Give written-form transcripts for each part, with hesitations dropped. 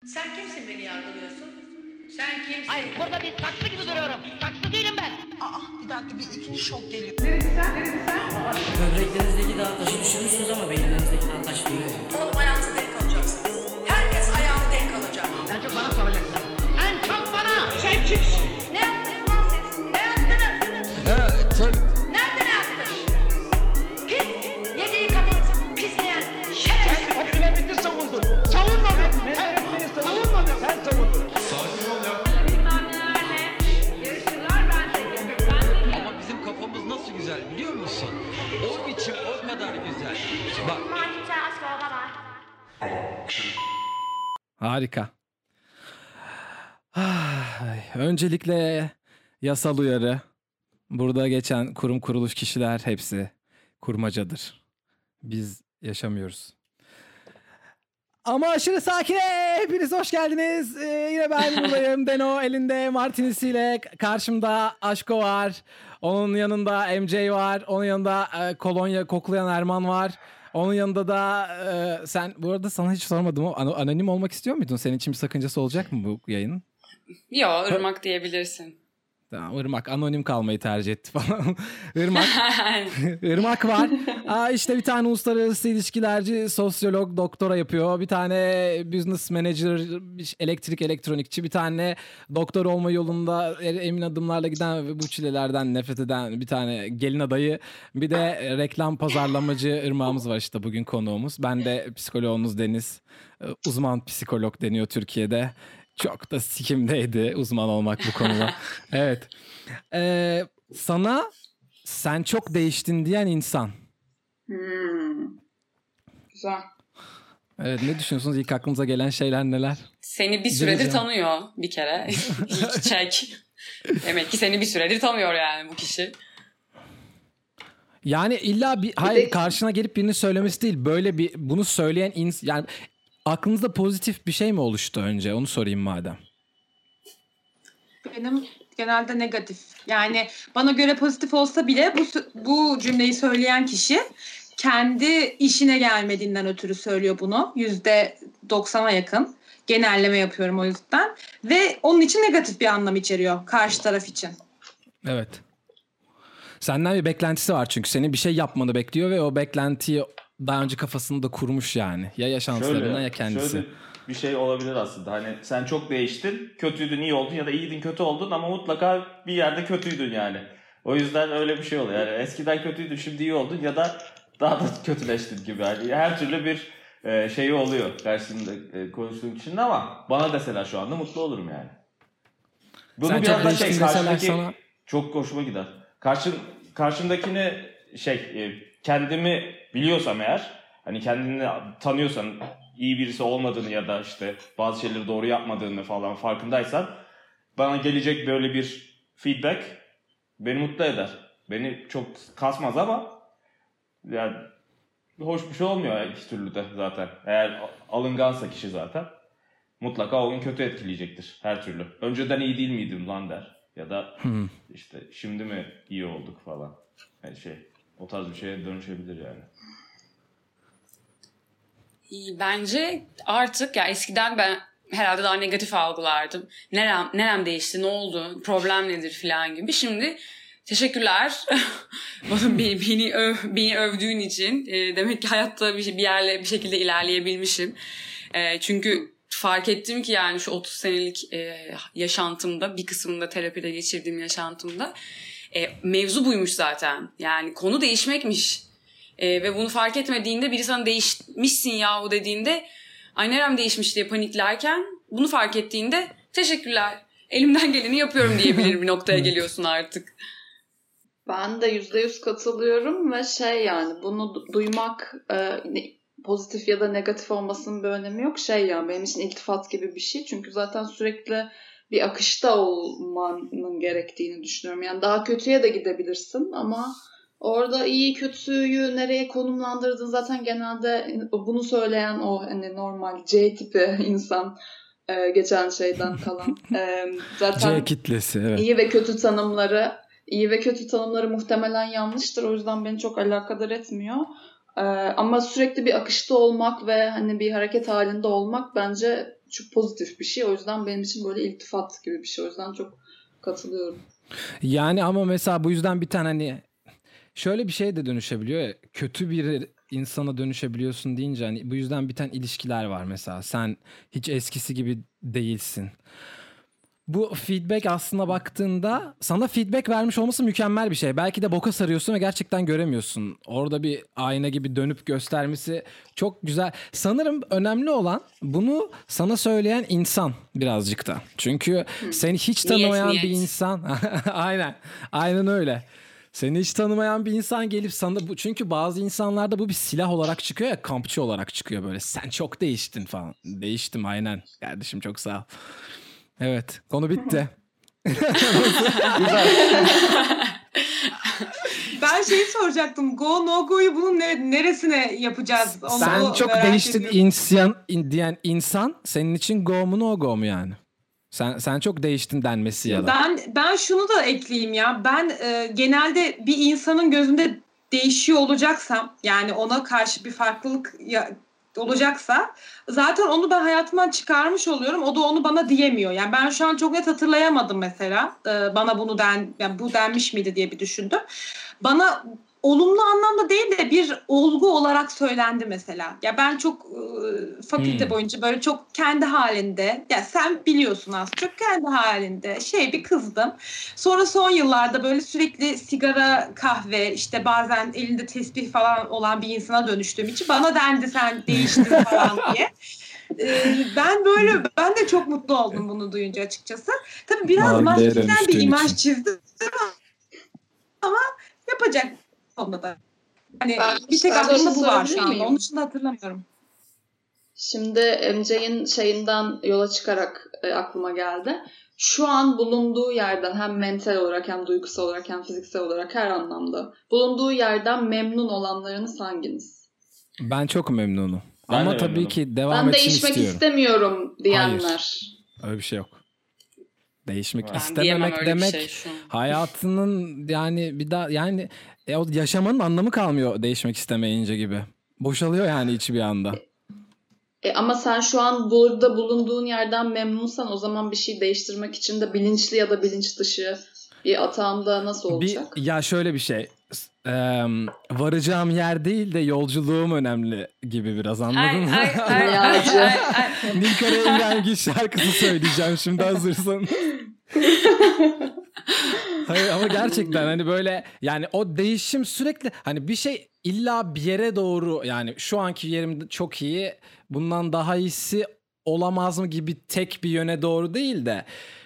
Sen kimsin beni yargılıyorsun? Sen kimsin? Hayır, burada bir saksı gibi duruyorum. Saksı değilim ben. Bir dakika, bir ikinci şok geliyor. Böbreklerinizdeki daha taşı düşürmüşsünüz ama beyinlerinizdeki daha taş değil. Oğlum ayağınızı denk alacaksınız. Herkes ayağını denk alacak. En çok bana soracaksın. En çok bana. Sen kimsin? Ne yaptınız lan siz? Ne yaptınız? Nerede ne yaptınız? Kim? Yediği kadın pisleyen şerefsiz. O piramidi savundun. Savunmadın. Savunmadın. Sen savundun. Ama bizim kafamız nasıl güzel biliyor musun? O biçim o kadar güzel. Bak. Harika. Öncelikle yasal uyarı. Burada geçen kurum kuruluş kişiler hepsi kurmacadır. Biz yaşamıyoruz. Ama aşırı sakin. Hepiniz hoş geldiniz. Yine ben buradayım. Deno elinde martinisiyle. Karşımda Aşko var. Onun yanında MJ var. Onun yanında kolonya koklayan Erman var. Onun yanında da sen, bu arada sana hiç sormadım ama anonim olmak istiyor muydun? Senin için bir sakıncası olacak mı bu yayının? Yok, Irmak diyebilirsin. Tamam, Irmak anonim kalmayı tercih etti falan. Irmak var. İşte bir tane uluslararası ilişkilerci, sosyolog, doktora yapıyor. Bir tane business manager, elektrik elektronikçi. Bir tane doktor olma yolunda emin adımlarla giden ve bu çilelerden nefret eden bir tane gelin adayı. Bir de reklam pazarlamacı Irmak'ımız var işte bugün konuğumuz. Ben de psikoloğumuz Deniz. Uzman psikolog deniyor Türkiye'de. Çok da sikimdeydi uzman olmak bu konuda. Evet. Sana sen çok değiştin diyen insan. Güzel. Evet, ne düşünüyorsunuz? İlk aklınıza gelen şeyler neler? Seni bir süredir Deniz tanıyor bir kere. İlk çek. Demek ki seni bir süredir tanıyor yani bu kişi. Yani illa bir hayır karşına gelip birini söylemesi değil. Böyle bir bunu söyleyen insan, yani aklınızda pozitif bir şey mi oluştu önce? Onu sorayım madem. Benim genelde negatif. Yani bana göre pozitif olsa bile bu cümleyi söyleyen kişi kendi işine gelmediğinden ötürü söylüyor bunu. %90'a yakın. Genelleme yapıyorum o yüzden. Ve onun için negatif bir anlam içeriyor karşı taraf için. Evet. Senden bir beklentisi var çünkü senin bir şey yapmanı bekliyor ve o beklentiyi daha önce kafasında kurmuş yani. Ya yaşantılarından ya kendisi. Şöyle bir şey olabilir aslında. Hani sen çok değiştin, kötüydün, iyi oldun ya da iyiydin, kötü oldun ama mutlaka bir yerde kötüydün yani. O yüzden öyle bir şey oluyor. Yani eskiden kötüydün, şimdi iyi oldun ya da daha da kötüleştin gibi. Yani her türlü bir şeyi oluyor karşısında konuştuğun kişinin ama bana deseler şu anda mutlu olurum yani. Bunu sen biraz çok da karşındaki sana... çok hoşuma gider. Karşımdakini kendimi biliyorsam eğer, hani kendini tanıyorsan, iyi birisi olmadığını ya da işte bazı şeyleri doğru yapmadığını falan farkındaysan bana gelecek böyle bir feedback beni mutlu eder. Beni çok kasmaz ama yani hoş bir şey olmuyor iki türlü de zaten. Eğer alıngansa kişi zaten mutlaka o gün kötü etkileyecektir her türlü. Önceden iyi değil miydim lan der ya da işte şimdi mi iyi olduk falan. Yani o tarz bir şeye dönüşebilir yani. Bence artık ya eskiden ben herhalde daha negatif algılardım. Nerem değişti, ne oldu, problem nedir falan gibi. Şimdi teşekkürler beni övdüğün için. Demek ki hayatta bir şekilde ilerleyebilmişim. Çünkü fark ettim ki yani şu 30 senelik yaşantımda, bir kısmında terapide geçirdiğim yaşantımda mevzu buymuş zaten. Yani konu değişmekmiş. Ve bunu fark etmediğinde biri sana değişmişsin yahu dediğinde ay nerem değişmiş diye paniklerken bunu fark ettiğinde teşekkürler elimden geleni yapıyorum diyebilir bir noktaya geliyorsun artık. Ben de %100 katılıyorum ve yani bunu duymak pozitif ya da negatif olmasının bir önemi yok. Yani benim için iltifat gibi bir şey. Çünkü zaten sürekli bir akışta olmanın gerektiğini düşünüyorum. Yani daha kötüye de gidebilirsin ama orada iyi kötüyü nereye konumlandırdın zaten genelde bunu söyleyen o hani normal C tipi insan geçen şeyden kalan. Zaten C kitlesi evet. İyi ve kötü tanımları muhtemelen yanlıştır. O yüzden beni çok alakadar etmiyor. Ama sürekli bir akışta olmak ve hani bir hareket halinde olmak bence çok pozitif bir şey. O yüzden benim için böyle iltifat gibi bir şey. O yüzden çok katılıyorum. Yani ama mesela bu yüzden bir tane hani şöyle bir şey de dönüşebiliyor ya, kötü bir insana dönüşebiliyorsun deyince hani bu yüzden biten ilişkiler var mesela. Sen hiç eskisi gibi değilsin. Bu feedback aslında baktığında sana feedback vermiş olması mükemmel bir şey. Belki de boka sarıyorsun ve gerçekten göremiyorsun. Orada bir ayna gibi dönüp göstermesi çok güzel. Sanırım önemli olan bunu sana söyleyen insan birazcık da. Çünkü seni hiç tanımayan bir insan. Aynen öyle. Seni hiç tanımayan bir insan gelip sana bu, çünkü bazı insanlarda bu bir silah olarak çıkıyor ya, kampçı olarak çıkıyor böyle. Sen çok değiştin falan. Değiştim aynen. Kardeşim çok sağ ol. Evet, konu bitti. Ben şeyi soracaktım. Go no go'yu bunun neresine yapacağız? Sen çok değiştin diyen insan senin için go mu no go mu yani? Sen çok değiştin denmesi ya da. Ben şunu da ekleyeyim ya. Ben genelde bir insanın gözünde değişiyor olacaksam, yani ona karşı bir farklılık olacaksa zaten onu ben hayatımdan çıkarmış oluyorum. O da onu bana diyemiyor. Yani ben şu an çok net hatırlayamadım mesela. Bana bunu yani bu denmiş miydi diye bir düşündüm. Bana olumlu anlamda değil de bir olgu olarak söylendi mesela. Ya ben çok fakülte boyunca böyle çok kendi halinde, ya sen biliyorsun az çok kendi halinde bir kızdım. Sonra son yıllarda böyle sürekli sigara, kahve, işte bazen elinde tesbih falan olan bir insana dönüştüğüm için bana dendi sen değiştin falan diye. Ben de çok mutlu oldum bunu duyunca açıkçası. Tabii biraz maskeden bir imaj çizdim ama yapacak onda da. Hani bir tek aklımda bu var şu anda. Onun dışında hatırlamıyorum. Şimdi MJ'in şeyinden yola çıkarak aklıma geldi. Şu an bulunduğu yerden hem mental olarak hem duygusal olarak hem fiziksel olarak her anlamda bulunduğu yerden memnun olanlarınız hanginiz? Ben çok memnunum. Ama tabii ki devam etsin istiyorum. Ben değişmek istemiyorum diyenler. Hayır. Öyle bir şey yok. Değişmek istememek demek hayatının yani bir daha yani o yaşamanın anlamı kalmıyor değişmek istemeyince gibi. Boşalıyor yani içi bir anda. Ama sen şu an burada bulunduğun yerden memnunsan o zaman bir şey değiştirmek için de bilinçli ya da bilinç dışı bir atağında nasıl olacak? Ya şöyle bir şey. Varacağım yer değil de yolculuğum önemli gibi biraz, anladın mı? Nilkara Engin şarkısı söyleyeceğim şimdi hazırsan. Hayır ama gerçekten hani böyle yani o değişim sürekli hani bir şey illa bir yere doğru, yani şu anki yerim çok iyi, bundan daha iyisi olamaz mı gibi tek bir yöne doğru değil de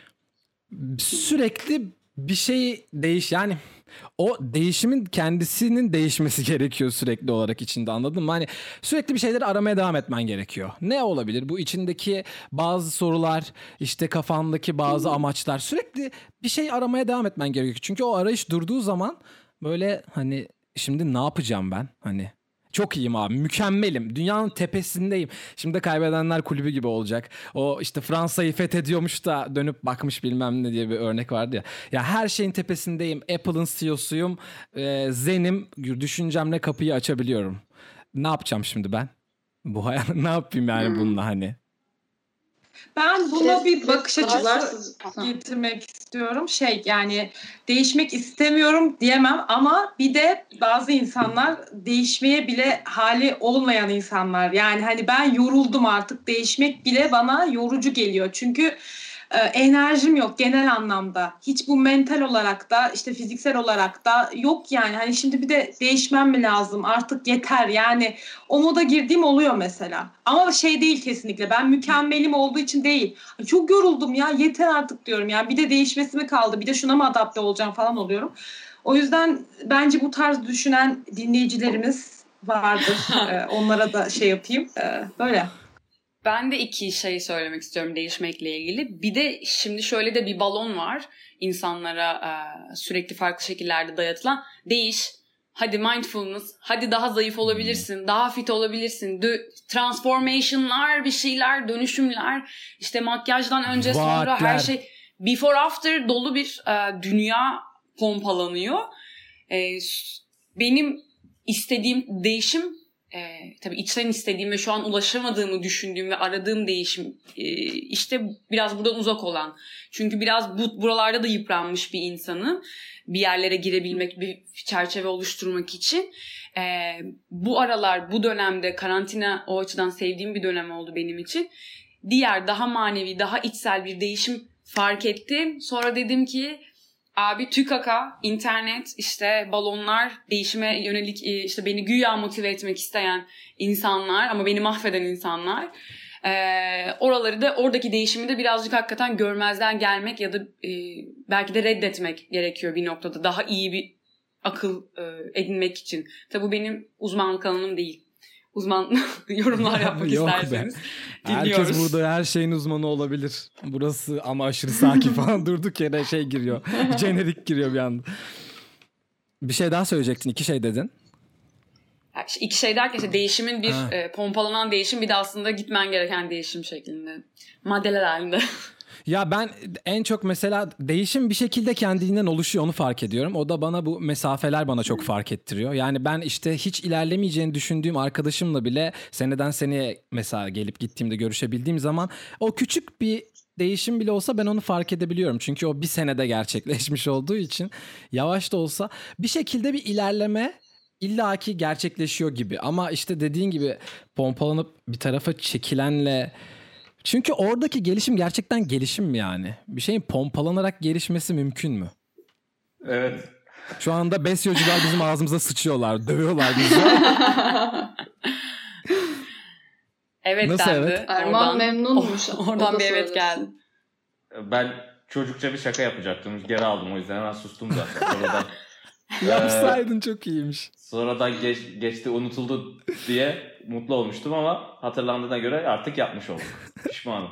sürekli bir şey yani o değişimin kendisinin değişmesi gerekiyor sürekli olarak içinde, anladın mı? Hani sürekli bir şeyleri aramaya devam etmen gerekiyor. Ne olabilir? Bu içindeki bazı sorular, işte kafandaki bazı amaçlar, sürekli bir şey aramaya devam etmen gerekiyor. Çünkü o arayış durduğu zaman böyle hani şimdi ne yapacağım ben? Hani çok iyiyim abi, mükemmelim, dünyanın tepesindeyim. Şimdi Kaybedenler Kulübü gibi olacak. O işte Fransa'yı fethediyormuş da dönüp bakmış bilmem ne diye bir örnek vardı ya. Ya her şeyin tepesindeyim. Apple'ın CEO'suyum. Zenim, düşüncemle kapıyı açabiliyorum. Ne yapacağım şimdi ben? Bu hayat ne yapayım yani bununla hani? Ben buna bir bakış açısı getirmek istiyorum. Yani değişmek istemiyorum diyemem ama bir de bazı insanlar değişmeye bile hali olmayan insanlar. Yani hani ben yoruldum artık, değişmek bile bana yorucu geliyor. Çünkü enerjim yok genel anlamda. Hiç bu mental olarak da işte fiziksel olarak da yok yani. Hani şimdi bir de değişmem mi lazım? Artık yeter yani. O moda girdiğim oluyor mesela. Ama değil kesinlikle. Ben mükemmelim olduğu için değil. Çok yoruldum ya, yeter artık diyorum. Yani bir de değişmesi mi kaldı? Bir de şuna mı adapte olacağım falan oluyorum. O yüzden bence bu tarz düşünen dinleyicilerimiz vardır. Onlara da yapayım. Böyle. Ben de iki şey söylemek istiyorum değişmekle ilgili. Bir de şimdi şöyle de bir balon var. İnsanlara sürekli farklı şekillerde dayatılan. Değiş, hadi mindfulness, hadi daha zayıf olabilirsin, daha fit olabilirsin. Transformation'lar, bir şeyler, dönüşümler. İşte makyajdan önce sonra her şey. Before after dolu bir dünya pompalanıyor. Benim istediğim değişim tabii içten istediğim ve şu an ulaşamadığımı düşündüğüm ve aradığım değişim işte biraz buradan uzak olan. Çünkü biraz buralarda da yıpranmış bir insanım. Bir yerlere girebilmek, bir çerçeve oluşturmak için. Bu aralar, bu dönemde karantina o açıdan sevdiğim bir dönem oldu benim için. Diğer daha manevi, daha içsel bir değişim fark ettim. Sonra dedim ki abi tükaka, internet, işte balonlar, değişime yönelik işte beni güya motive etmek isteyen insanlar ama beni mahveden insanlar. Oraları da, oradaki değişimi de birazcık hakikaten görmezden gelmek ya da belki de reddetmek gerekiyor bir noktada. Daha iyi bir akıl edinmek için. Tabii bu benim uzmanlık alanım değil. Uzman yorumlar yapmak Yok isterseniz be. dinliyoruz. Herkes burada her şeyin uzmanı olabilir. Burası ama aşırı sakin falan durduk yere şey giriyor. Jenerik giriyor bir anda. Bir şey daha söyleyecektin. 2 şey dedin. Yani işte 2 şey derken işte değişimin bir pompalanan değişim, bir de aslında gitmen gereken değişim şeklinde. Maddeler halinde. Ya ben en çok mesela değişim bir şekilde kendiliğinden oluşuyor, onu fark ediyorum. O da bana bu mesafeler bana çok fark ettiriyor. Yani ben işte hiç ilerlemeyeceğini düşündüğüm arkadaşımla bile seneden seneye mesela gelip gittiğimde görüşebildiğim zaman o küçük bir değişim bile olsa ben onu fark edebiliyorum. Çünkü o bir senede gerçekleşmiş olduğu için yavaş da olsa bir şekilde bir ilerleme illaki gerçekleşiyor gibi. Ama işte dediğin gibi pompalanıp bir tarafa çekilenle... Çünkü oradaki gelişim gerçekten gelişim mi yani? Bir şeyin pompalanarak gelişmesi mümkün mü? Evet. Şu anda besyocular bizim ağzımıza sıçıyorlar, dövüyorlar bizi. Evet nasıl dendi. evet? Erman memnunmuş. Oradan bir evet geldi. Ben çocukça bir şaka yapacaktım. Geri aldım, o yüzden hemen sustum zaten. Sonradan, Yapsaydın çok iyiymiş. sonradan geçti, unutuldu diye mutlu olmuştum ama hatırlandığına göre artık yapmış olduk. Pişmanım.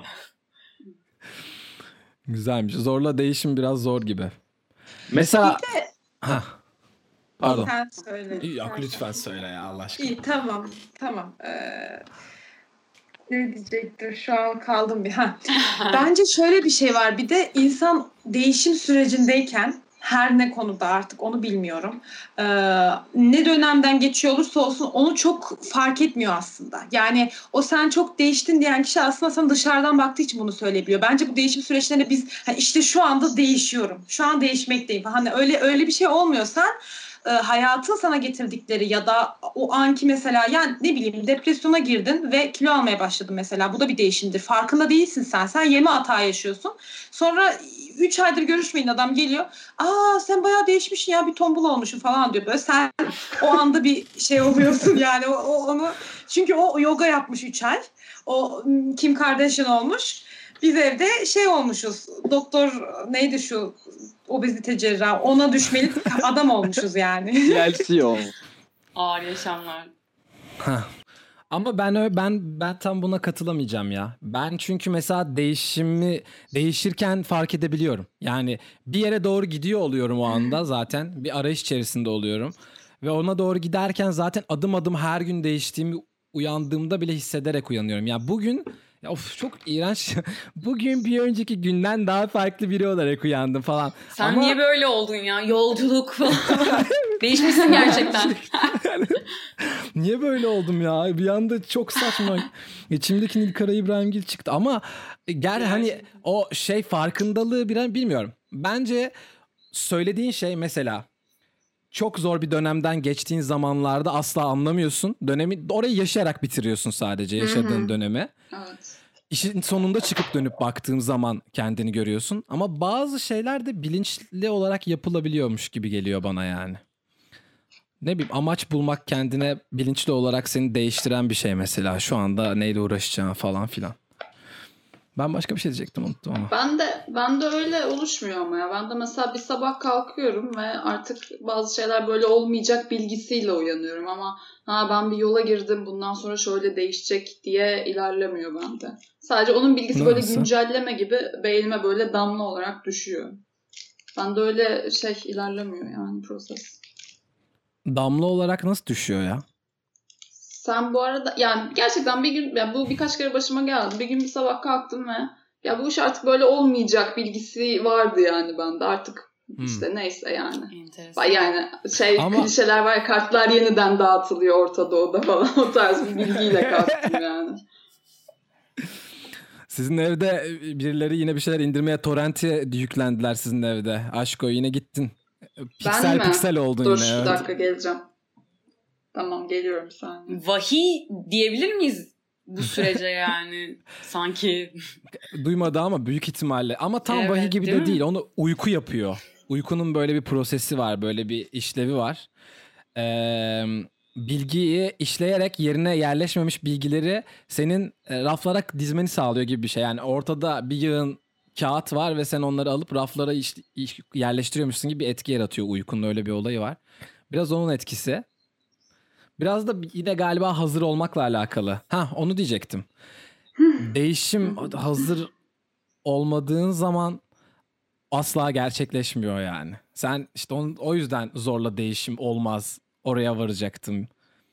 Güzelmiş. Zorla değişim biraz zor gibi. Mesela... Ha. Pardon. Sen söyle. Yok lütfen söyle ya Allah aşkına. İyi tamam. Ne diyecektim, şu an kaldım bir. Bence şöyle bir şey var, bir de insan değişim sürecindeyken her ne konuda artık onu bilmiyorum. Ne dönemden geçiyor olursa olsun onu çok fark etmiyor aslında. Yani o sen çok değiştin diyen kişi aslında sana dışarıdan baktığı için bunu söyleyebiliyor. Bence bu değişim süreçlerinde biz işte şu anda değişiyorum, şu an değişmekteyim. Hani öyle bir şey olmuyorsan hayatın sana getirdikleri ya da o anki mesela yani ne bileyim depresyona girdin ve kilo almaya başladın mesela. Bu da bir değişimdir. Farkında değilsin sen. Sen yeme hata yaşıyorsun. Sonra 3 aydır görüşmeyin adam geliyor. Aa sen bayağı değişmişsin ya, bir tombul olmuşsun falan diyor. Böyle sen o anda bir şey oluyorsun yani onu çünkü o yoga yapmış 3 ay. O Kim Kardashian olmuş. Biz evde şey olmuşuz. Doktor neydi şu obezite cerrahı, ona düşmeli adam olmuşuz yani. Gelsiyor. Ağır yaşamlar. Ama ben tam buna katılamayacağım ya. Ben çünkü mesela değişirken fark edebiliyorum. Yani bir yere doğru gidiyor oluyorum o anda zaten. Bir arayış içerisinde oluyorum. Ve ona doğru giderken zaten adım adım her gün değiştiğimi uyandığımda bile hissederek uyanıyorum. Yani bugün ya of çok iğrenç. Bugün bir önceki günden daha farklı biri olarak uyandım falan. Sen niye böyle oldun ya? Yolculuk falan. Değişmişsin gerçekten. Niye böyle oldum ya? Bir anda çok saçma. İçimdeki Nilkara İbrahimgil çıktı ama hani o şey farkındalığı bilmiyorum. Bence söylediğin şey mesela çok zor bir dönemden geçtiğin zamanlarda asla anlamıyorsun. Dönemi orayı yaşayarak bitiriyorsun sadece yaşadığın dönemi. Evet. İşin sonunda çıkıp dönüp baktığım zaman kendini görüyorsun. Ama bazı şeyler de bilinçli olarak yapılabiliyormuş gibi geliyor bana yani. Ne bileyim, amaç bulmak kendine bilinçli olarak seni değiştiren bir şey mesela. Şu anda neyle uğraşacağın falan filan. Ben başka bir şey diyecektim, unuttum ama. Ben de öyle oluşmuyor ama ya. Ben de mesela bir sabah kalkıyorum ve artık bazı şeyler böyle olmayacak bilgisiyle uyanıyorum ama ben bir yola girdim, bundan sonra şöyle değişecek diye ilerlemiyor bende. Sadece onun bilgisi böyle güncelleme gibi beynime böyle damla olarak düşüyor. Bende öyle ilerlemiyor yani proses. Damla olarak nasıl düşüyor ya? Sen bu arada yani gerçekten bir gün, yani bu birkaç kere başıma geldi. Bir gün bir sabah kalktım ve ya bu iş artık böyle olmayacak bilgisi vardı yani bende. Artık İşte neyse yani. Enteresan. Yani Ama- klişeler var ya, kartlar yeniden dağıtılıyor Orta Doğu'da falan, o tarz bir bilgiyle kalktım yani. Sizin evde birileri yine bir şeyler indirmeye torrent'e yüklendiler sizin evde. Aşko yine gittin. Piksel mi? piksel oldun Dur yine. bir evet. dakika, geleceğim. Tamam, geliyorum saniye. Vahiy diyebilir miyiz bu sürece yani? Sanki. Duymadı ama büyük ihtimalle. Ama tam Evet, vahiy gibi değil de mi? değil. Onu uyku yapıyor. Uykunun böyle bir prosesi var. Böyle bir işlevi var. Bilgiyi işleyerek yerine yerleşmemiş bilgileri senin raflara dizmeni sağlıyor gibi bir şey. Yani ortada bir yığın kağıt var ve sen onları alıp raflara yerleştiriyormuşsun gibi bir etki yaratıyor. Uykunun öyle bir olayı var. Biraz onun etkisi. Biraz da yine galiba hazır olmakla alakalı. Onu diyecektim. Değişim hazır olmadığın zaman asla gerçekleşmiyor yani. Sen işte o yüzden zorla değişim olmaz. Oraya varacaktım.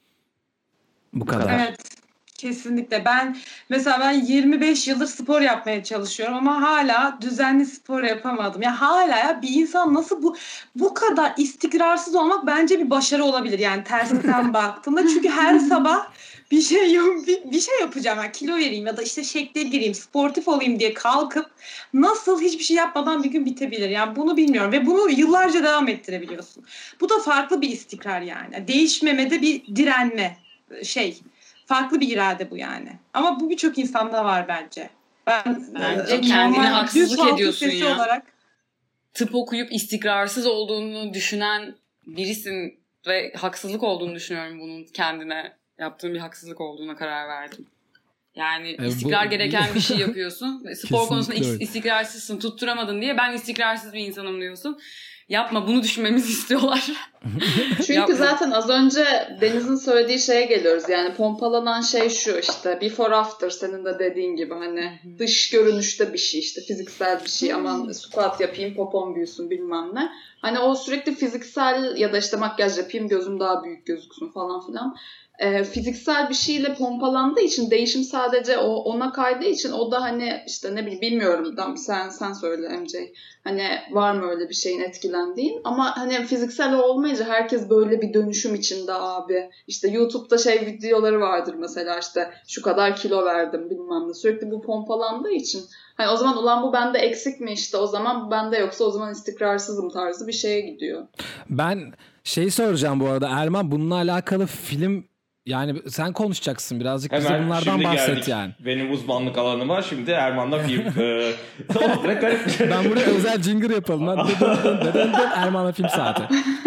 Bu kadar. Evet. Kesinlikle. Ben 25 yıldır spor yapmaya çalışıyorum ama hala düzenli spor yapamadım. Ya hala bir insan nasıl bu kadar istikrarsız olmak bence bir başarı olabilir yani tersinden baktığımda. Çünkü her sabah bir şey yapacağım. Yani kilo vereyim ya da işte şekle gireyim, sportif olayım diye kalkıp nasıl hiçbir şey yapmadan bir gün bitebilir? Yani bunu bilmiyorum ve bunu yıllarca devam ettirebiliyorsun. Bu da farklı bir istikrar yani. Değişmemede bir direnme farklı bir irade bu yani. Ama bu birçok insanda var bence. Bence kendine normal haksızlık düz halk ediyorsun sesi ya. olarak Tıp okuyup istikrarsız olduğunu düşünen birisin ve haksızlık olduğunu düşünüyorum bunun, kendine yaptığın bir haksızlık olduğuna karar verdim. Yani istikrar gereken bir şey yapıyorsun. Spor konusunda istikrarsızsın, tutturamadın diye ben istikrarsız bir insanım diyorsun. Yapma, bunu düşünmemizi istiyorlar. Çünkü zaten az önce Deniz'in söylediği şeye geliyoruz. Yani pompalanan şey şu işte before after, senin de dediğin gibi hani dış görünüşte bir şey, işte fiziksel bir şey, aman squat yapayım popom büyüsün bilmem ne. Hani o sürekli fiziksel ya da işte makyaj yapayım gözüm daha büyük gözüksün falan filan. Fiziksel bir şeyle pompalandığı için değişim sadece ona kaydığı için o da hani işte ne bileyim bilmiyorum, sen söyle MJ. Hani var mı öyle bir şeyin etkilendiğin, ama hani fiziksel olmayınca herkes böyle bir dönüşüm içinde abi. İşte YouTube'da videoları vardır mesela, işte şu kadar kilo verdim bilmem ne, sürekli bu pompalandığı için hani o zaman ulan bu bende eksik mi, işte o zaman bu bende yoksa o zaman istikrarsızım tarzı bir şeye gidiyor. Ben soracağım bu arada Erman, bununla alakalı film, yani sen konuşacaksın birazcık, bize hemen bunlardan bahset geldik. yani. Benim uzmanlık alanıma şimdi Erman'la film. Ben buraya özel jingle yapalım. Erman'la film saati.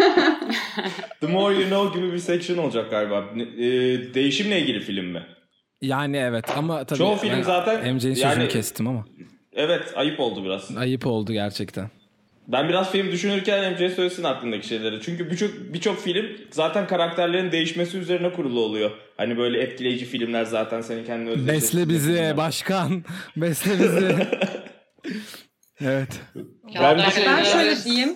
The More You Know gibi bir section olacak galiba. Değişimle ilgili film mi? Yani evet ama tabii. Çoğu film zaten. MJ'nin sözünü kestim ama. Evet, ayıp oldu biraz. Ayıp oldu gerçekten. Ben biraz film düşünürken MJ söylesin aklındaki şeyleri. Çünkü birçok film zaten karakterlerin değişmesi üzerine kurulu oluyor. Hani böyle etkileyici filmler zaten seni kendine özdeşleştiriyor. Besle bizi başkan. Besle bizi. Evet. Ben şöyle diyeyim.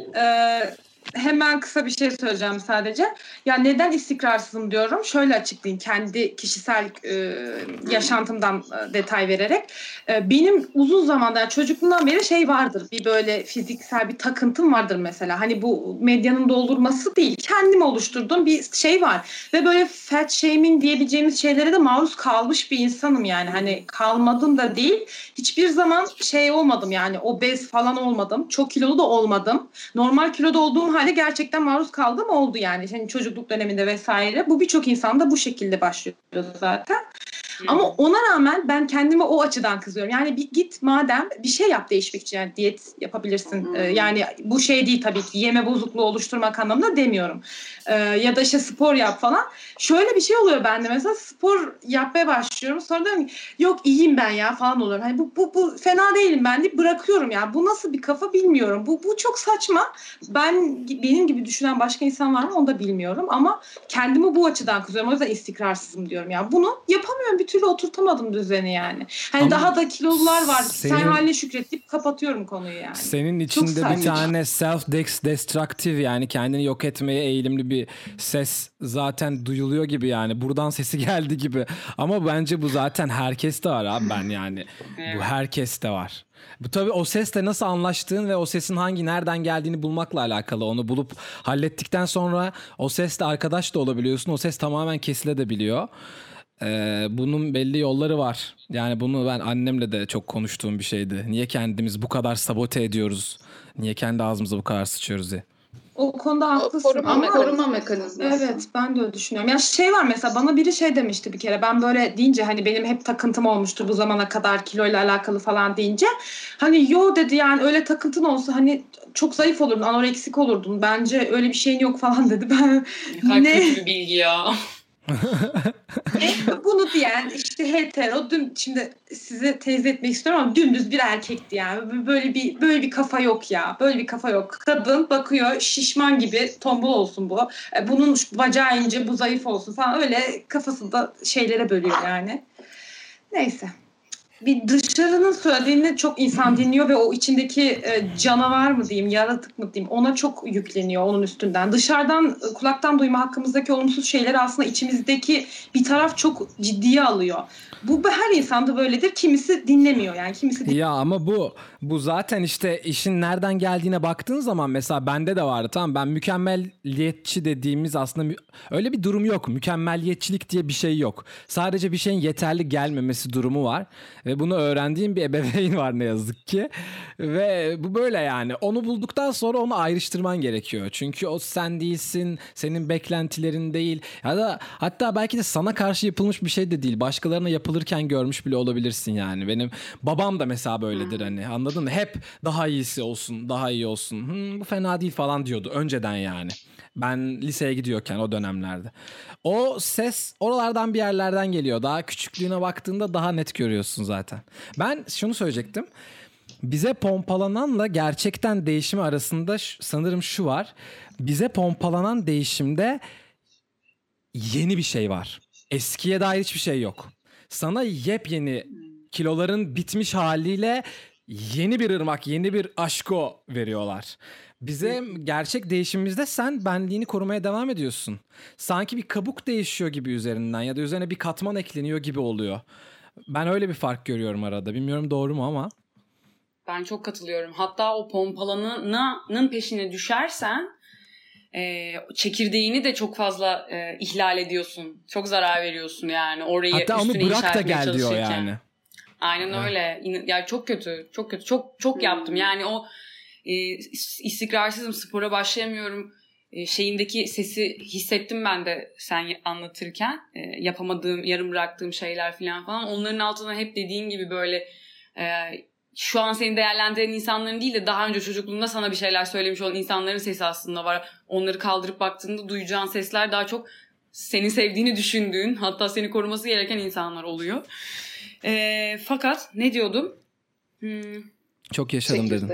Hemen kısa bir şey söyleyeceğim sadece. Ya neden istikrarsızım diyorum. Şöyle açıklayayım kendi kişisel yaşantımdan detay vererek. Benim uzun zamandan, çocukluğumdan beri vardır. Bir böyle fiziksel bir takıntım vardır mesela. Hani bu medyanın doldurması değil. Kendim oluşturduğum bir var. Ve böyle fat shaming diyebileceğimiz şeylere de maruz kalmış bir insanım yani. Hani kalmadım da değil. Hiçbir zaman olmadım yani. Obez falan olmadım. Çok kilolu da olmadım. Normal kiloda olduğum halde gerçekten maruz kaldım oldu yani. Senin çocukluk döneminde vesaire. Bu birçok insanda bu şekilde başlıyor zaten. Ama ona rağmen ben kendime o açıdan kızıyorum. Yani bir git madem bir şey yap değişmek için. Yani diyet yapabilirsin. Yani bu değil tabii ki. Yeme bozukluğu oluşturmak anlamında demiyorum. Ya da işte spor yap falan. Şöyle bir şey oluyor bende. Mesela spor yapmaya başlıyorum. Sonra diyorum ki yok iyiyim ben ya falan oluyorum. Hani bu fena değilim ben deyip bırakıyorum ya. Bu nasıl bir kafa bilmiyorum. Bu çok saçma. Benim gibi düşünen başka insan var mı onu da bilmiyorum. Ama kendimi bu açıdan kızıyorum. O yüzden istikrarsızım diyorum ya. Bunu yapamıyorum. bir türlü oturtamadım düzeni yani. Hani Ama daha da kilolular var. senin- Sen haline şükret deyip kapatıyorum konuyu yani. Senin Çok içinde bir saçma. tane self-destructive yani kendini yok etmeye eğilimli bir ses zaten duyuluyor gibi yani. Buradan sesi geldi gibi. Ama bence bu zaten herkeste var abi ben yani. Bu herkeste var. Bu tabii o sesle nasıl anlaştığın ve o sesin nereden geldiğini bulmakla alakalı. Onu bulup hallettikten sonra o sesle arkadaş da olabiliyorsun. O ses tamamen kesilebiliyor. Bunun belli yolları var. Yani bunu ben annemle de çok konuştuğum bir şeydi. Niye kendimizi bu kadar sabote ediyoruz? Niye kendi ağzımıza bu kadar sıçıyoruz diye. O konuda haklısın Koruma mekanizması. Evet, ben de öyle düşünüyorum. Ya şey var mesela, bana biri şey demişti bir kere, ben böyle deyince hani benim hep takıntım olmuştur bu zamana kadar kiloyla alakalı falan deyince, hani yo dedi, yani öyle takıntın olsa hani çok zayıf olurdun, anoreksik olurdun, bence öyle bir şeyin yok falan dedi. Ben Ne kötü bir bilgi ya. bunu diyen işte hetero, şimdi size teyze etmek istiyorum ama dümdüz bir erkekti yani. Böyle bir kafa yok ya. Böyle bir kafa yok. Kadın bakıyor şişman gibi, tombul olsun bu. Bunun bacağı ince, bu zayıf olsun falan. Öyle kafasında şeylere bölüyor yani. Neyse. Bir dışarının söylediğini çok insan dinliyor ve o içindeki canavar mı diyeyim, yaratık mı diyeyim, ona çok yükleniyor onun üstünden. Dışarıdan kulaktan duyma hakkımızdaki olumsuz şeyleri aslında içimizdeki bir taraf çok ciddiye alıyor. Bu her insanda böyledir. Kimisi dinlemiyor yani. Ya ama bu zaten işte işin nereden geldiğine baktığın zaman mesela bende de vardı, tamam, ben mükemmeliyetçi dediğimiz aslında öyle bir durum yok. Mükemmeliyetçilik diye bir şey yok. Sadece bir şeyin yeterli gelmemesi durumu var ve bunu öğrendiğim bir ebeveyn var ne yazık ki. Ve bu böyle yani. Onu bulduktan sonra onu ayrıştırman gerekiyor. Çünkü o sen değilsin, senin beklentilerin değil. Ya da hatta belki de sana karşı yapılmış bir şey de değil. Başkalarına yapılırken görmüş bile olabilirsin yani. Benim babam da mesela böyledir hani, anladın mı? Hep daha iyisi olsun, daha iyi olsun. Bu fena değil falan diyordu önceden yani. Ben liseye gidiyorken o dönemlerde. O ses oralardan bir yerlerden geliyor. Daha küçüklüğüne baktığında daha net görüyorsun zaten. Ben şunu söyleyecektim. Bize pompalananla gerçekten değişimi arasında sanırım şu var. Bize pompalanan değişimde yeni bir şey var. Eskiye dair hiçbir şey yok. Sana yepyeni kiloların bitmiş haliyle yeni bir ırmak, yeni bir aşko veriyorlar. Bize gerçek değişimimizde sen benliğini korumaya devam ediyorsun. Sanki bir kabuk değişiyor gibi üzerinden ya da üzerine bir katman ekleniyor gibi oluyor. Ben öyle bir fark görüyorum arada. Bilmiyorum doğru mu ama. Ben çok katılıyorum. Hatta o pompalananın peşine düşersen çekirdeğini de çok fazla ihlal ediyorsun. Çok zarar veriyorsun yani. Orayı hatta üstüne onu bırak inşa da etmeye gel diyor çalışırken. yani. Aynen öyle. Yani çok kötü. Çok kötü. Çok yaptım. Yani o istikrarsızım. Spora başlayamıyorum. Şeyindeki sesi hissettim ben de sen anlatırken. Yapamadığım, yarım bıraktığım şeyler falan. Onların altına hep dediğin gibi böyle şu an seni değerlendiren insanların değil de daha önce çocukluğunda sana bir şeyler söylemiş olan insanların sesi aslında var. Onları kaldırıp baktığında duyacağın sesler daha çok seni sevdiğini düşündüğün, hatta seni koruması gereken insanlar oluyor. Fakat ne diyordum? Çok yaşadım dedim.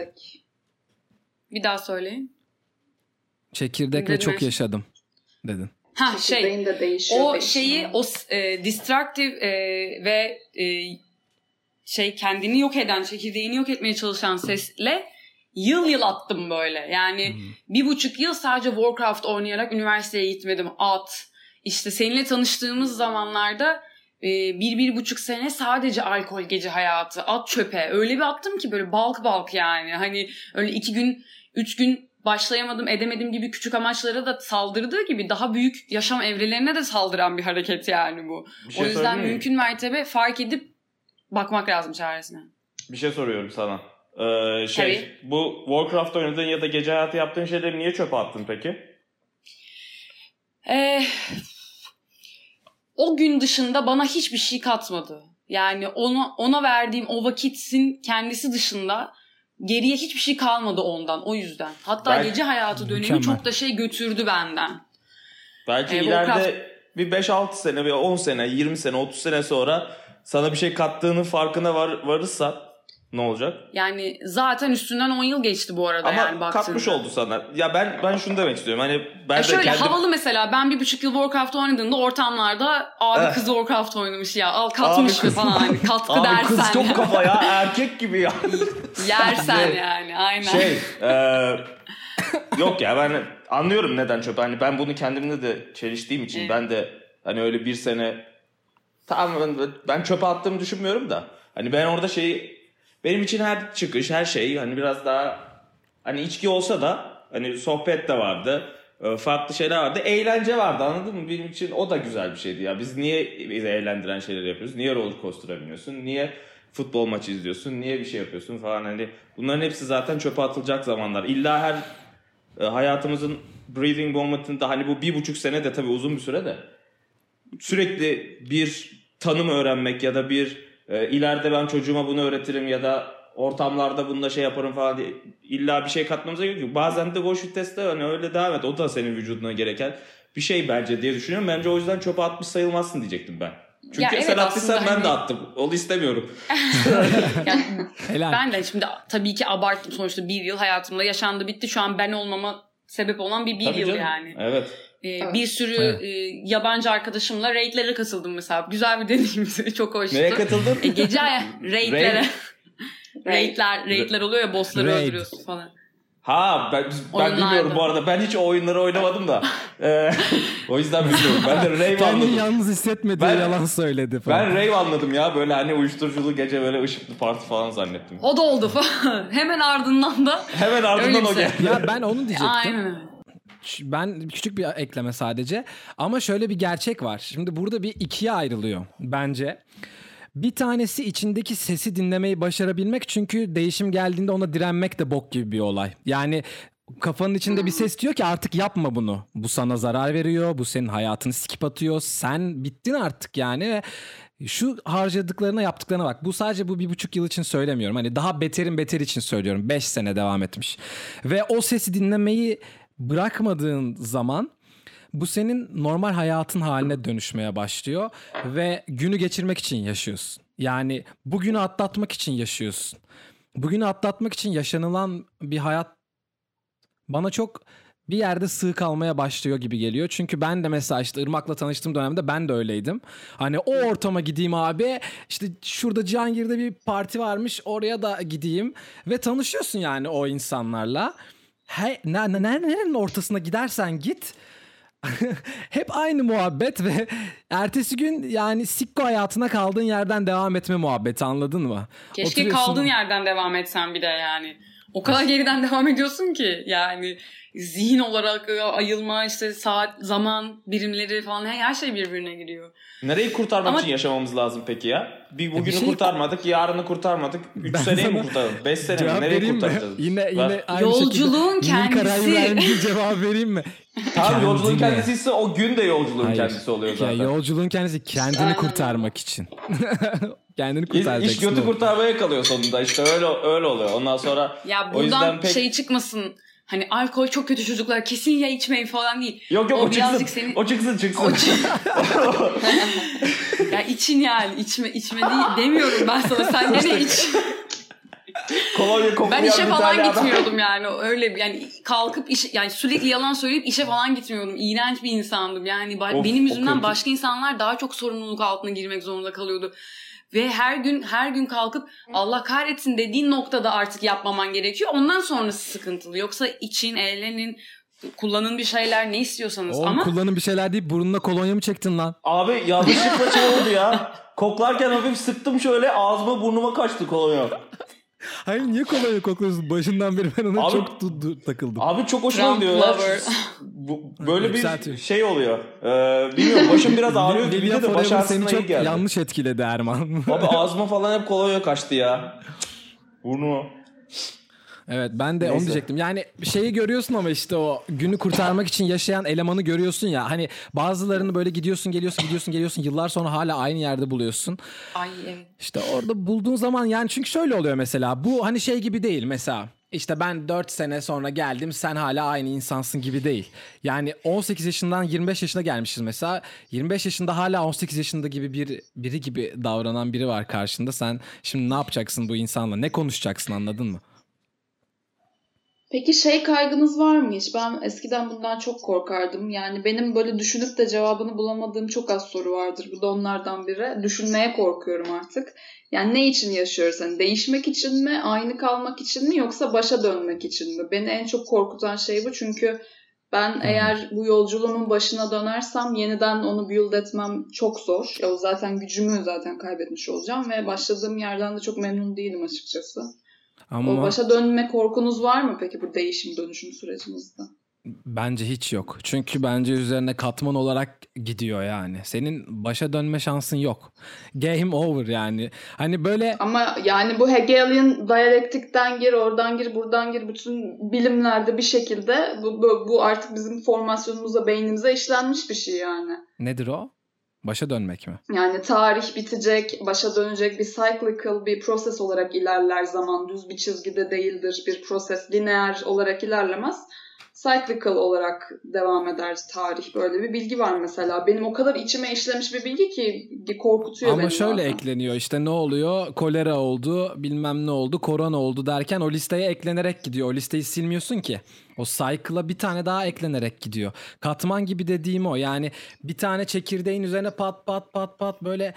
Bir daha söyleyin. Çekirdekle çok yaşadım dedin. Çekirdeğin de değişiyor. O şeyi, o destructive ve kendini yok eden, çekirdeğini yok etmeye çalışan sesle yıl attım böyle. Yani 1,5 yıl sadece Warcraft oynayarak üniversiteye gitmedim. İşte seninle tanıştığımız zamanlarda 1,5 sene sadece alkol, gece hayatı, at çöpe. Öyle bir attım ki böyle balk yani. Hani öyle 2 gün, 3 gün başlayamadım, edemedim gibi küçük amaçlara da saldırdığı gibi daha büyük yaşam evrelerine de saldıran bir hareket yani bu. O yüzden mümkün mertebe fark edip bakmak lazım çaresine. Bir şey soruyorum sana. Bu Warcraft oynadığın ya da gece hayatı yaptığın şeyleri niye çöpe attın peki? O gün dışında bana hiçbir şey katmadı. Yani ona verdiğim o vakitin kendisi dışında geriye hiçbir şey kalmadı ondan, o yüzden. Hatta gece hayatı dönemi çok da şey götürdü benden. Belki ileride bir 5-6 sene, bir 10 sene, 20 sene, 30 sene sonra sana bir şey kattığının farkına varırsan Ne olacak? Yani zaten üstünden 10 yıl geçti bu arada Ama yani baktığında. kapmış oldu sana. Ya ben şunu demek istiyorum. Hani ben Ya de şöyle kendim... havalı mesela ben 1,5 yıl Warcraft oynadığımda ortamlarda abi kız Warcraft oynamış ya al katmış Abi kız- falan hani katkı Abi dersen. kız çok ya. kafa ya, erkek gibi ya. Yersen yani aynen. Yok ya, ben anlıyorum neden çöp. Hani ben bunu kendimle de çeliştiğim için ben de hani öyle bir sene tamam ben çöpe attığımı düşünmüyorum da hani ben orada benim için her çıkış, her şey hani biraz daha hani içki olsa da hani sohbet de vardı. Farklı şeyler vardı. Eğlence vardı, anladın mı? Benim için o da güzel bir şeydi ya. Bizi eğlendiren şeyler yapıyoruz? Niye roller coaster'a biniyorsun? Niye futbol maçı izliyorsun? Niye bir şey yapıyorsun falan hani. Bunların hepsi zaten çöpe atılacak zamanlar. İlla her hayatımızın breathing moment'ında hani bu 1,5 sene de tabii uzun bir süre de sürekli bir tanım öğrenmek ya da ileride ben çocuğuma bunu öğretirim ya da ortamlarda bununla şey yaparım falan diye illa bir şey katmamıza gerek yok. Bazen de boş viteste hani öyle devam et. O da senin vücuduna gereken bir şey bence diye düşünüyorum. Bence o yüzden çöpe atmış sayılmazsın diyecektim ben. Çünkü evet, sen attıysan ben hani... de attım. Onu istemiyorum. Yani, Helal. ben de şimdi tabii ki abarttım sonuçta 1 yıl hayatımda yaşandı bitti. Şu an ben olmama sebep olan bir Tabii yıl canım. yani. Evet. Bir sürü yabancı arkadaşımla raidlere katıldım mesela. Güzel bir deneyimdi. Çok hoştu. Neye katıldın? Gece raidlere. Raidler oluyor ya, bossları öldürüyorsun falan. Ha ben bilmiyorum bu arada. Ben hiç o oyunları oynamadım da. O yüzden bilmiyorum. Ben de rave Kendini anladım. yalnız hissetmediği yalan söyledi falan. Ben rave anladım ya. Böyle hani uyuşturuculu gece böyle ışıklı parti falan zannettim. O da oldu falan. Hemen ardından o geldi. Ya ben onu diyecektim. Aynen. Ben küçük bir ekleme sadece. Ama şöyle bir gerçek var. Şimdi burada bir ikiye ayrılıyor bence. Bir tanesi içindeki sesi dinlemeyi başarabilmek, çünkü değişim geldiğinde ona direnmek de bok gibi bir olay. Yani kafanın içinde bir ses diyor ki artık yapma bunu. Bu sana zarar veriyor, bu senin hayatını sikip atıyor. Sen bittin artık yani ve şu harcadıklarına yaptıklarına bak. Bu sadece bu 1,5 yıl için söylemiyorum. Hani daha beterin beteri için söylüyorum. 5 sene devam etmiş. Ve o sesi dinlemeyi bırakmadığın zaman bu senin normal hayatın haline dönüşmeye başlıyor ve günü geçirmek için yaşıyorsun. Yani bugünü atlatmak için yaşıyorsun. Bugünü atlatmak için yaşanılan bir hayat bana çok bir yerde sığ kalmaya başlıyor gibi geliyor. Çünkü ben de mesela işte Irmak'la tanıştığım dönemde ben de öyleydim. Hani o ortama gideyim abi, işte şurada Cihangir'de bir parti varmış, oraya da gideyim ve tanışıyorsun yani o insanlarla. Nerenin ortasına gidersen git hep aynı muhabbet ve ertesi gün yani sikko hayatına kaldığın yerden devam etme muhabbeti, anladın mı? Keşke kaldığın yerden devam etsen bir de yani. O kadar geriden devam ediyorsun ki yani zihin olarak ayılma, işte saat, zaman birimleri falan her şey birbirine giriyor. Nereyi kurtarmak için yaşamamız lazım peki ya? Bugünü kurtarmadık, yarını kurtarmadık. 3 seneyi mi kurtaralım? 5 sene mi? Nereyi kurtaracağız? Yine aynı yolculuğun şekilde kendisi. Cevap vereyim mi? Tamam, yolculuğun kendisi ise o gün de yolculuğun kendisi oluyor zaten. Ya yolculuğun kendisi kendini kurtarmak için. Kendini kurtaracaksın. İş götü kurtarmaya kalıyor sonunda, işte öyle oluyor. Ondan sonra ya buradan şey çıkmasın. Hani alkol çok kötü çocuklar, kesin ya içmeyin falan değil. Yok o çıksın. Senin... O çıksın. Ya için yani içme değil demiyorum ben sana, sen gene iç. Ben işe falan gitmiyordum yani, öyle yani kalkıp yani sürekli yalan söyleyip işe falan gitmiyordum. İğrenç bir insandım yani, benim yüzümden başka insanlar daha çok sorumluluk altına girmek zorunda kalıyordu. Ve her gün kalkıp Allah kahretsin dediğin noktada artık yapmaman gerekiyor. Ondan sonrası sıkıntılı. Yoksa için, eğlenin, kullanın bir şeyler, ne istiyorsanız. Oğlum, ama kullanın bir şeyler deyip burnuna kolonya mı çektin lan? Abi yanlışlıkla şey oldu ya. Koklarken hafif sıktım şöyle, ağzıma burnuma kaçtı kolonya. Hayır, niye kolonya kokluyorsun? Başından beri ben ona çok takıldım. Abi çok hoşuma gidiyor ya. Böyle bir şey oluyor. Bilmiyorum, başım biraz ağrıyor gibiydi de baş ağrısına iyi geldi. Seni çok yanlış etkiledi Erman. Abi ağzıma falan hep kolonya kaçtı ya. Burnuma. Evet, ben de onu diyecektim. Yani şeyi görüyorsun ama işte o günü kurtarmak için yaşayan elemanı görüyorsun ya. Hani bazılarını böyle gidiyorsun yıllar sonra hala aynı yerde buluyorsun. Ay evet. İşte orada bulduğun zaman yani, çünkü şöyle oluyor mesela. Bu hani şey gibi değil mesela. İşte ben 4 sene sonra geldim, sen hala aynı insansın gibi değil. Yani 18 yaşından 25 yaşına gelmişiz mesela. 25 yaşında hala 18 yaşında gibi biri gibi davranan biri var karşında. Sen şimdi ne yapacaksın bu insanla? Ne konuşacaksın, anladın mı? Peki kaygınız var mı hiç? Ben eskiden bundan çok korkardım. Yani benim böyle düşünüp de cevabını bulamadığım çok az soru vardır. Bu da onlardan biri. Düşünmeye korkuyorum artık. Yani ne için yaşıyoruz? Hani değişmek için mi, aynı kalmak için mi, yoksa başa dönmek için mi? Beni en çok korkutan şey bu. Çünkü ben eğer bu yolculuğumun başına dönersem yeniden onu build etmem çok zor. O zaten gücümü kaybetmiş olacağım ve başladığım yerden de çok memnun değilim açıkçası. Ama O başa dönme korkunuz var mı peki bu değişim dönüşüm sürecinizde? bence hiç yok. Çünkü bence üzerine katman olarak gidiyor yani. Senin başa dönme şansın yok. Game over yani. Hani böyle... Ama yani bu Hegelian diyalektikten gir, oradan gir, buradan gir, bütün bilimlerde bir şekilde bu artık bizim formasyonumuza, beynimize işlenmiş bir şey yani. Nedir o? Başa dönmek mi? Yani tarih bitecek, başa dönecek, bir cyclical bir proses olarak ilerler zaman. Düz bir çizgide değildir bir proses. Lineer olarak ilerlemez. Cyclical olarak devam eder tarih. Böyle bir bilgi var mesela. Benim o kadar içime işlemiş bir bilgi ki korkutuyor beni. Ama şöyle bazen ekleniyor işte, ne oluyor? Kolera oldu, bilmem ne oldu, korona oldu derken o listeye eklenerek gidiyor. O listeyi silmiyorsun ki. O cycle'a bir tane daha eklenerek gidiyor. Katman gibi dediğim o. Yani bir tane çekirdeğin üzerine pat pat pat pat böyle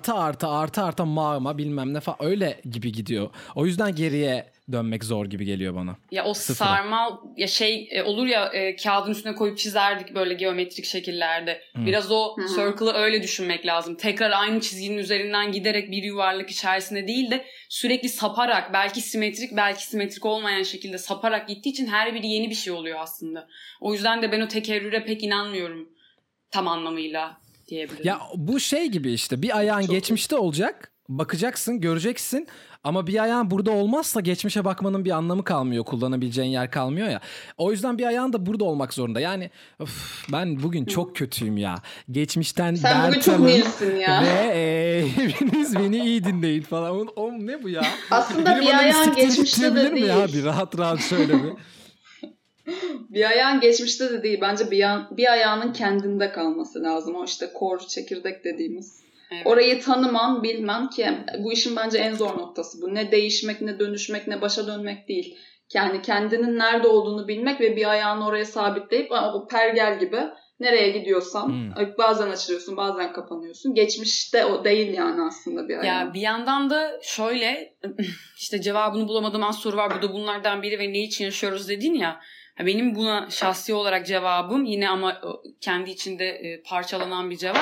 artı magma bilmem ne falan öyle gibi gidiyor. O yüzden geriye dönmek zor gibi geliyor bana. Ya o Sıfıra. sarmal ya olur ya kağıdın üstüne koyup çizerdik böyle geometrik şekillerde. Biraz o circle'ı öyle düşünmek lazım. Tekrar aynı çizginin üzerinden giderek bir yuvarlak içerisinde değil de sürekli saparak, belki simetrik olmayan şekilde saparak gittiği için her biri yeni bir şey oluyor aslında. O yüzden de ben o tekerrüre pek inanmıyorum tam anlamıyla diyebilirim. Ya bu gibi işte, bir ayağın Çok geçmişte olacak. Bakacaksın, göreceksin. Ama bir ayağın burada olmazsa geçmişe bakmanın bir anlamı kalmıyor. Kullanabileceğin yer kalmıyor ya. O yüzden bir ayağın da burada olmak zorunda. Yani ben bugün çok kötüyüm ya. Geçmişten Sen bugün çok nilsin ya. Ve hepiniz beni iyi dinleyin falan. O ne bu ya? Aslında Biri bir bana ayağın siktir geçmişte de diyebilir mi değil. ya? Bir rahat şöyle bir. Bir ayağın geçmişte de değil. Bence bir ayağının kendinde kalması lazım. O işte core, çekirdek dediğimiz. Evet. Orayı tanıman, bilmen ki bu işin bence en zor noktası bu. Ne değişmek, ne dönüşmek, ne başa dönmek değil. Yani kendinin nerede olduğunu bilmek ve bir ayağını oraya sabitleyip o pergel gibi nereye gidiyorsan bazen açılıyorsun, bazen kapanıyorsun. Geçmişte o değil yani aslında bir ayağın. Ya bir yandan da şöyle işte cevabını bulamadığım az soru var. Bu da bunlardan biri ve ne için yaşıyoruz dedin ya. Benim buna şahsi olarak cevabım yine ama kendi içinde parçalanan bir cevap.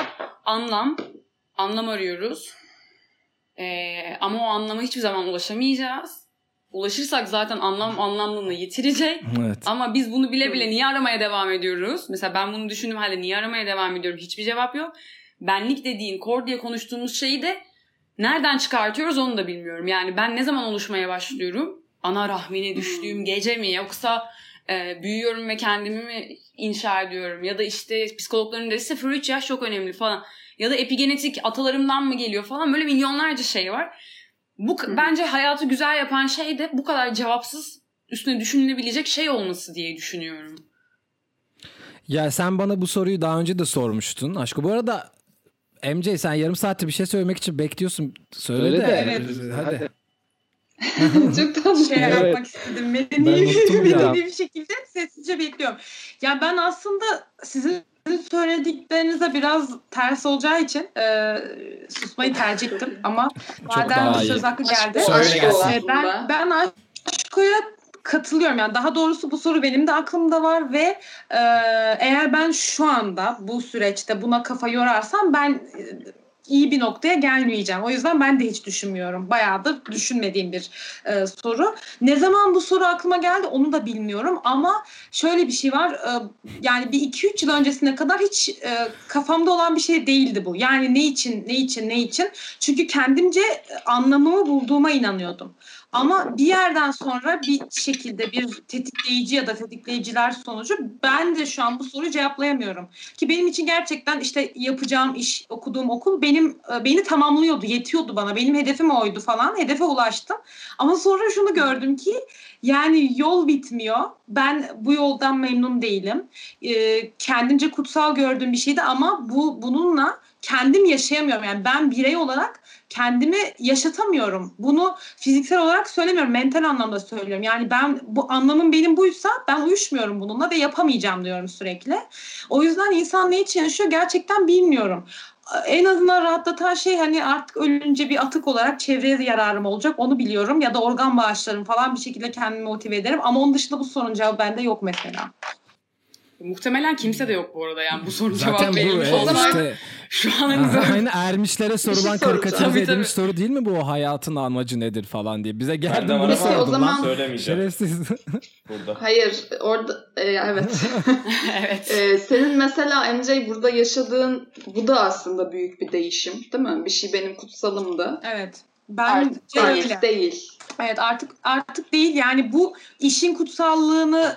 Anlam arıyoruz. Ama o anlama hiçbir zaman ulaşamayacağız. Ulaşırsak zaten anlamlılığını yitirecek. Evet. Ama biz bunu bile bile niye aramaya devam ediyoruz? Mesela ben bunu düşündüm halde niye aramaya devam ediyorum? Hiçbir cevap yok. Benlik dediğin, core diye konuştuğumuz şeyi de nereden çıkartıyoruz onu da bilmiyorum. Yani ben ne zaman oluşmaya başlıyorum? Ana rahmine düştüğüm gece mi? Yoksa büyüyorum ve kendimi mi inşa ediyorum? Ya da işte psikologların dediği 0-3 yaş çok önemli falan. Ya da epigenetik atalarımdan mı geliyor falan. Böyle milyonlarca şey var. Bence hayatı güzel yapan şey de bu kadar cevapsız üstüne düşünülebilecek şey olması diye düşünüyorum. Ya sen bana bu soruyu daha önce de sormuştun Aşko. Bu arada MJ sen yarım saattir bir şey söylemek için bekliyorsun. Söyle de. Evet. Hadi. Çok tatlı. Yapmak istedim. Beni bir şekilde sessizce bekliyorum. Ya ben aslında sizin söylediklerinize biraz ters olacağı için susmayı tercih ettim. Ama madem bir söz hakkı geldi. Ben Aşko'ya katılıyorum. Yani daha doğrusu bu soru benim de aklımda var ve eğer ben şu anda bu süreçte buna kafa yorarsam ben iyi bir noktaya gelmeyeceğim. O yüzden ben de hiç düşünmüyorum. Bayağıdır düşünmediğim bir soru. Ne zaman bu soru aklıma geldi onu da bilmiyorum ama şöyle bir şey var. Yani bir 2-3 yıl öncesine kadar hiç kafamda olan bir şey değildi bu. Yani ne için? Çünkü kendimce anlamımı bulduğuma inanıyordum. Ama bir yerden sonra bir şekilde bir tetikleyici ya da tetikleyiciler sonucu ben de şu an bu soruyu cevaplayamıyorum. Ki benim için gerçekten işte yapacağım iş, okuduğum okul beni tamamlıyordu, yetiyordu bana. Benim hedefim oydu falan. Hedefe ulaştım. Ama sonra şunu gördüm ki yani yol bitmiyor. Ben bu yoldan memnun değilim. Kendimce kutsal gördüğüm bir şeydi ama bununla kendim yaşayamıyorum. Yani ben birey olarak kendimi yaşatamıyorum. Bunu fiziksel olarak söylemiyorum, mental anlamda söylüyorum. Yani bu anlamım benim buysa ben uyuşmuyorum bununla ve yapamayacağım diyorum sürekli. O yüzden insan ne için yaşıyor gerçekten bilmiyorum. En azından rahatlatan şey hani artık ölünce bir atık olarak çevreye yararım olacak onu biliyorum. Ya da organ bağışlarım falan bir şekilde kendimi motive ederim. Ama onun dışında bu sorunun cevabı bende yok mesela. Muhtemelen kimse de yok bu arada yani bu sorunun Zaten cevabı verilmiş olsa işte, şu an hani böyle aynı ermişlere sorulan karikatürize Tabii, edilmiş tabii. soru değil mi bu, o hayatın amacı nedir falan diye. Bize geldi Bende var bunu ama Peki, o sordun zaman- lan. söylemeyeceğim Şerefsiz. burada. Hayır orada evet. evet. Senin mesela MJ burada yaşadığın bu da aslında büyük bir değişim değil mi? Bir şey benim kutsalımdı. Evet. Artık Öyle. değil. Evet artık değil yani bu işin kutsallığını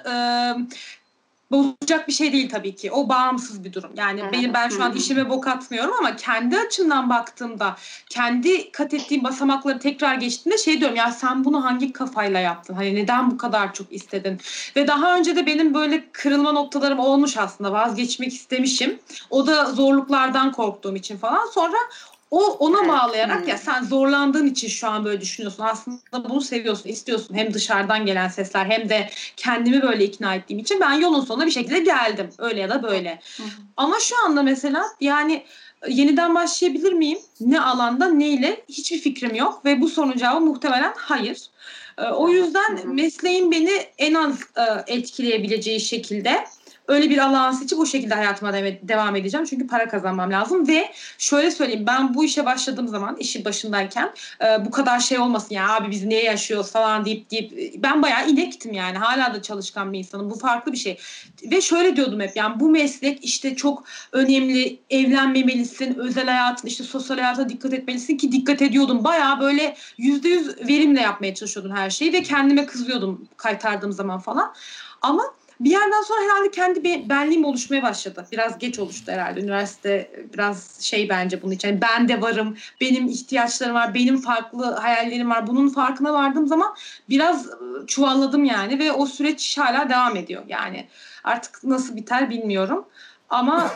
bozacak bir şey değil tabii ki. O bağımsız bir durum. Yani ben şu an işime bok atmıyorum ama kendi açımdan baktığımda kendi kat ettiğim basamakları tekrar geçtiğimde şey diyorum ya sen bunu hangi kafayla yaptın? Hani neden bu kadar çok istedin? Ve daha önce de benim böyle kırılma noktalarım olmuş aslında. Vazgeçmek istemişim. O da zorluklardan korktuğum için falan. Sonra ona bağlayarak ya sen zorlandığın için şu an böyle düşünüyorsun. Aslında bunu seviyorsun, istiyorsun. Hem dışarıdan gelen sesler hem de kendimi böyle ikna ettiğim için ben yolun sonuna bir şekilde geldim. Öyle ya da böyle. Ama şu anda mesela yani yeniden başlayabilir miyim? Ne alanda, neyle? Hiçbir fikrim yok ve bu sorunun cevabı muhtemelen hayır. O yüzden mesleğin beni en az etkileyebileceği şekilde öyle bir alan seçip o şekilde hayatıma devam edeceğim. Çünkü para kazanmam lazım ve şöyle söyleyeyim ben bu işe başladığım zaman işin başındayken bu kadar şey olmasın ya abi biz niye yaşıyoruz falan deyip ben bayağı inektim yani. Hala da çalışkan bir insanım. Bu farklı bir şey. Ve şöyle diyordum hep yani bu meslek işte çok önemli. Evlenmemelisin. Özel hayatın işte sosyal hayata dikkat etmelisin ki dikkat ediyordum. Bayağı böyle %100 verimle yapmaya çalışıyordum her şeyi ve kendime kızıyordum kaytardığım zaman falan. Ama bir yerden sonra herhalde kendi benliğim oluşmaya başladı. Biraz geç oluştu herhalde. Üniversite biraz bence bunun için. Yani ben de varım, benim ihtiyaçlarım var, benim farklı hayallerim var. Bunun farkına vardığım zaman biraz çuvalladım yani ve o süreç hala devam ediyor. Yani artık nasıl biter bilmiyorum. Ama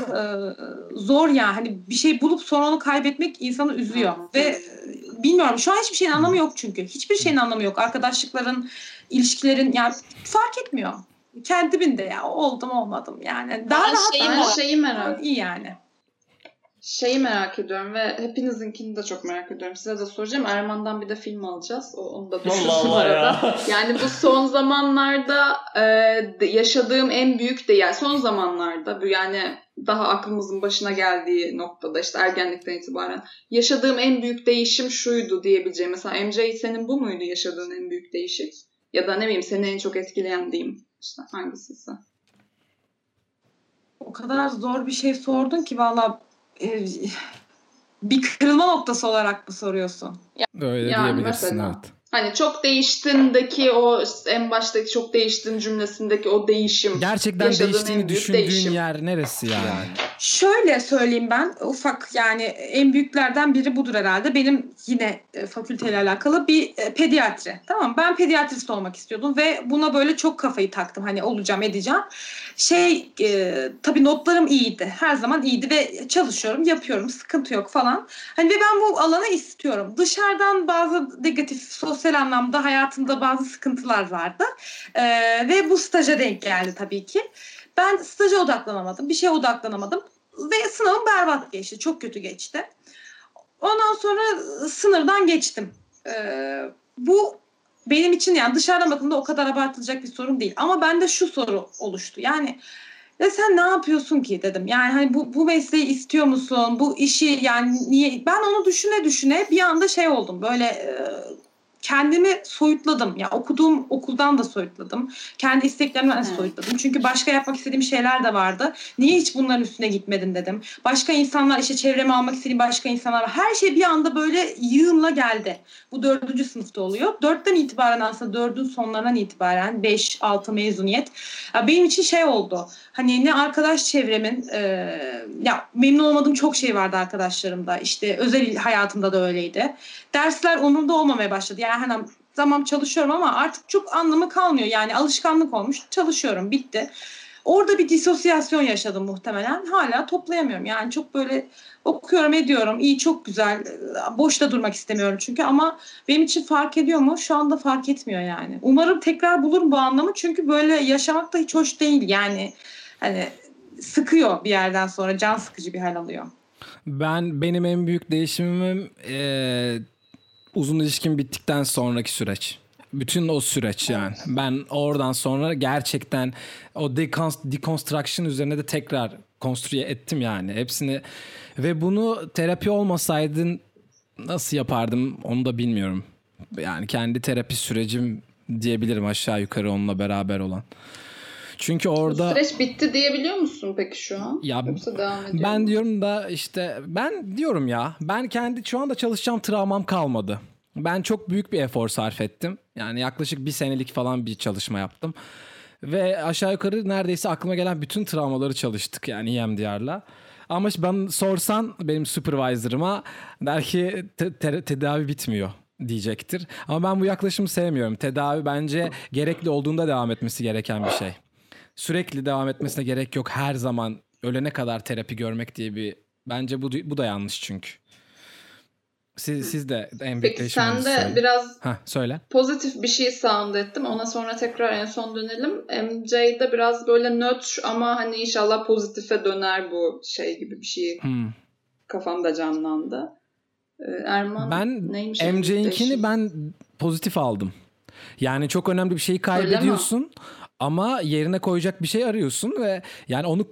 zor yani. Hani bir şey bulup sonra onu kaybetmek insanı üzüyor. Ve bilmiyorum şu an hiçbir şeyin anlamı yok çünkü. Hiçbir şeyin anlamı yok. Arkadaşlıkların, ilişkilerin yani fark etmiyor. Kendimin de ya oldum olmadım yani. Daha rahat iyi yani. Şeyi merak ediyorum ve hepinizinkini de çok merak ediyorum. Size de soracağım. Erman'dan bir de film alacağız. Onu da düşünün bu arada. Yani bu son zamanlarda yaşadığım en büyük yani son zamanlarda bu yani daha aklımızın başına geldiği noktada işte ergenlikten itibaren yaşadığım en büyük değişim şuydu diyebileceğim. Mesela MJ senin bu muydu yaşadığın en büyük değişik? Ya da ne bileyim seni en çok etkileyen diyeyim. İşte hangisiyse. O kadar zor bir şey sordun ki valla bir kırılma noktası olarak mı soruyorsun? Öyle yani diyebilirsin mesela, evet. Hani çok değiştindeki o en baştaki çok değiştin cümlesindeki o değişim. Gerçekten değiştiğini düşündüğün yer neresi yani? Şöyle söyleyeyim ben ufak yani en büyüklerden biri budur herhalde. Benim yine fakülteyle alakalı bir pediatri. Tamam ben pediatrist olmak istiyordum ve buna böyle çok kafayı taktım. Hani olacağım edeceğim. Tabii notlarım iyiydi. Her zaman iyiydi ve çalışıyorum yapıyorum sıkıntı yok falan. Hani ve ben bu alanı istiyorum. Dışarıdan bazı negatif sosyal anlamda hayatımda bazı sıkıntılar vardı. Ve bu staja denk geldi tabii ki. Ben staja odaklanamadım. Bir şeye odaklanamadım. Ve sınavım berbat geçti. Çok kötü geçti. Ondan sonra sınırdan geçtim. Bu benim için yani dışarıdan bakımda o kadar abartılacak bir sorun değil. Ama bende şu soru oluştu. Yani ya sen ne yapıyorsun ki dedim. Yani hani bu mesleği istiyor musun? Bu işi yani niye? Ben onu düşüne bir anda oldum. Böyle kendimi soyutladım. Ya okuduğum okuldan da soyutladım. Kendi isteklerimden de soyutladım. Çünkü başka yapmak istediğim şeyler de vardı. Niye hiç bunların üstüne gitmedim dedim. Başka insanlar, işte çevreme almak istediğim başka insanlar var. Her şey bir anda böyle yığınla geldi. Bu 4. sınıfta oluyor. 4'ten itibaren, aslında 4'ün sonlarından itibaren 5-6 mezuniyet. Ya benim için şey oldu. Hani ne arkadaş çevremin, ya memnun olmadığım çok şey vardı arkadaşlarımda. İşte özel hayatımda da öyleydi. Dersler umurumda olmamaya başladı. Yani hani zaman çalışıyorum ama artık çok anlamı kalmıyor. Yani alışkanlık olmuş. Çalışıyorum. Bitti. Orada bir disosyasyon yaşadım muhtemelen. Hala toplayamıyorum. Yani çok böyle okuyorum, ediyorum. İyi, çok güzel. Boşta durmak istemiyorum çünkü, ama benim için fark ediyor mu? Şu anda fark etmiyor yani. Umarım tekrar bulurum bu anlamı. Çünkü böyle yaşamak da hiç hoş değil. Yani hani sıkıyor bir yerden sonra. Can sıkıcı bir hal alıyor. Benim en büyük değişimim uzun ilişkim bittikten sonraki süreç. Bütün o süreç yani. Ben oradan sonra gerçekten o deconstruction üzerine de tekrar konstrüye ettim yani. Hepsini, ve bunu terapi olmasaydın nasıl yapardım onu da bilmiyorum. Yani kendi terapi sürecim diyebilirim aşağı yukarı onunla beraber olan. Çünkü orada... Bu süreç bitti diyebiliyor musun peki şu an? Ya, yoksa devam ediyor ben mu? diyorum da işte ben diyorum ya, ben kendi şu anda çalışacağım travmam kalmadı. Ben çok büyük bir efor sarf ettim. Yani yaklaşık 1 senelik falan bir çalışma yaptım. Ve aşağı yukarı neredeyse aklıma gelen bütün travmaları çalıştık yani EMDR'la. Ama ben sorsan benim supervisor'ıma der ki tedavi bitmiyor diyecektir. Ama ben bu yaklaşımı sevmiyorum. Tedavi bence gerekli olduğunda devam etmesi gereken bir şey. Sürekli devam etmesine gerek yok. Her zaman ölene kadar terapi görmek diye bir... Bence bu da yanlış çünkü. Siz de en büyük Peki sen de söyle. biraz Söyle. pozitif bir şey sound ettim. Ona sonra tekrar en son dönelim. MJ'de biraz böyle nötr ama hani inşallah pozitife döner bu şey gibi bir şey kafamda canlandı. Erman neymiş? MJ'inkini ben pozitif aldım. Yani çok önemli bir şeyi kaybediyorsun ama yerine koyacak bir şey arıyorsun ve yani onu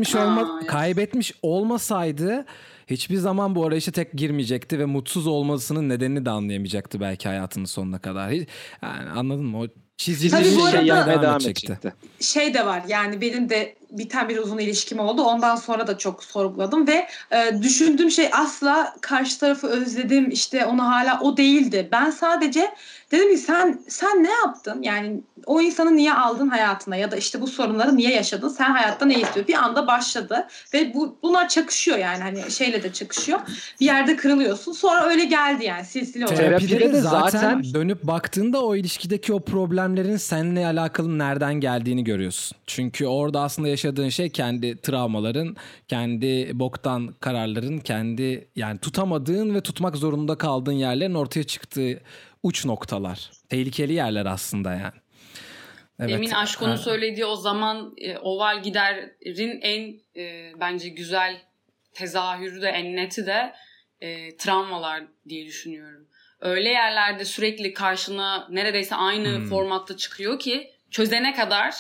kaybetmiş olmasaydı hiçbir zaman bu arayışa tek girmeyecekti ve mutsuz olmasının nedenini de anlayamayacaktı belki hayatının sonuna kadar. Yani anladın mı? O çizilmiş şey yapmaya devam edecekti. Şey de var yani, benim de biten bir uzun ilişkim oldu. Ondan sonra da çok sorguladım ve düşündüğüm şey asla karşı tarafı özledim, işte onu hala o değildi. Ben sadece dedim ki sen ne yaptın? Yani o insanı niye aldın hayatına, ya da işte bu sorunları niye yaşadın? Sen hayatta ne istiyorsun? Bir anda başladı ve bunlar çakışıyor yani, hani şeyle de çakışıyor. Bir yerde kırılıyorsun. Sonra öyle geldi yani, silsile olarak. Terapide de zaten dönüp baktığında o ilişkideki o problemlerin seninle alakalı nereden geldiğini görüyorsun. Çünkü orada aslında yaşadığın şey kendi travmaların, kendi boktan kararların, kendi yani tutamadığın ve tutmak zorunda kaldığın yerlerin ortaya çıktığı uç noktalar. Tehlikeli yerler aslında yani. Evet. Emin Aşko'nun söylediği o zaman oval giderin en bence güzel tezahürü de en neti de travmalar diye düşünüyorum. Öyle yerlerde sürekli karşına neredeyse aynı formatta çıkıyor ki çözene kadar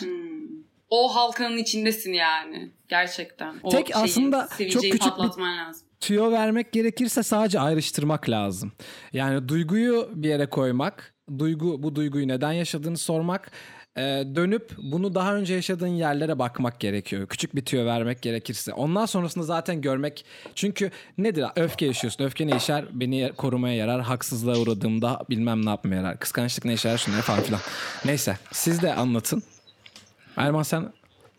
o halkanın içindesin yani. Gerçekten. O tek aslında çok küçük patlatman lazım. Tüyo vermek gerekirse sadece ayrıştırmak lazım. Yani duyguyu bir yere koymak, bu duyguyu neden yaşadığını sormak, dönüp bunu daha önce yaşadığın yerlere bakmak gerekiyor. Küçük bir tüyo vermek gerekirse. Ondan sonrasında zaten görmek, çünkü nedir? Öfke yaşıyorsun. Öfke ne işer? Beni korumaya yarar. Haksızlığa uğradığımda bilmem ne yapmaya yarar. Kıskançlık ne işer? Şunları falan filan. Neyse, siz de anlatın. Erman sen?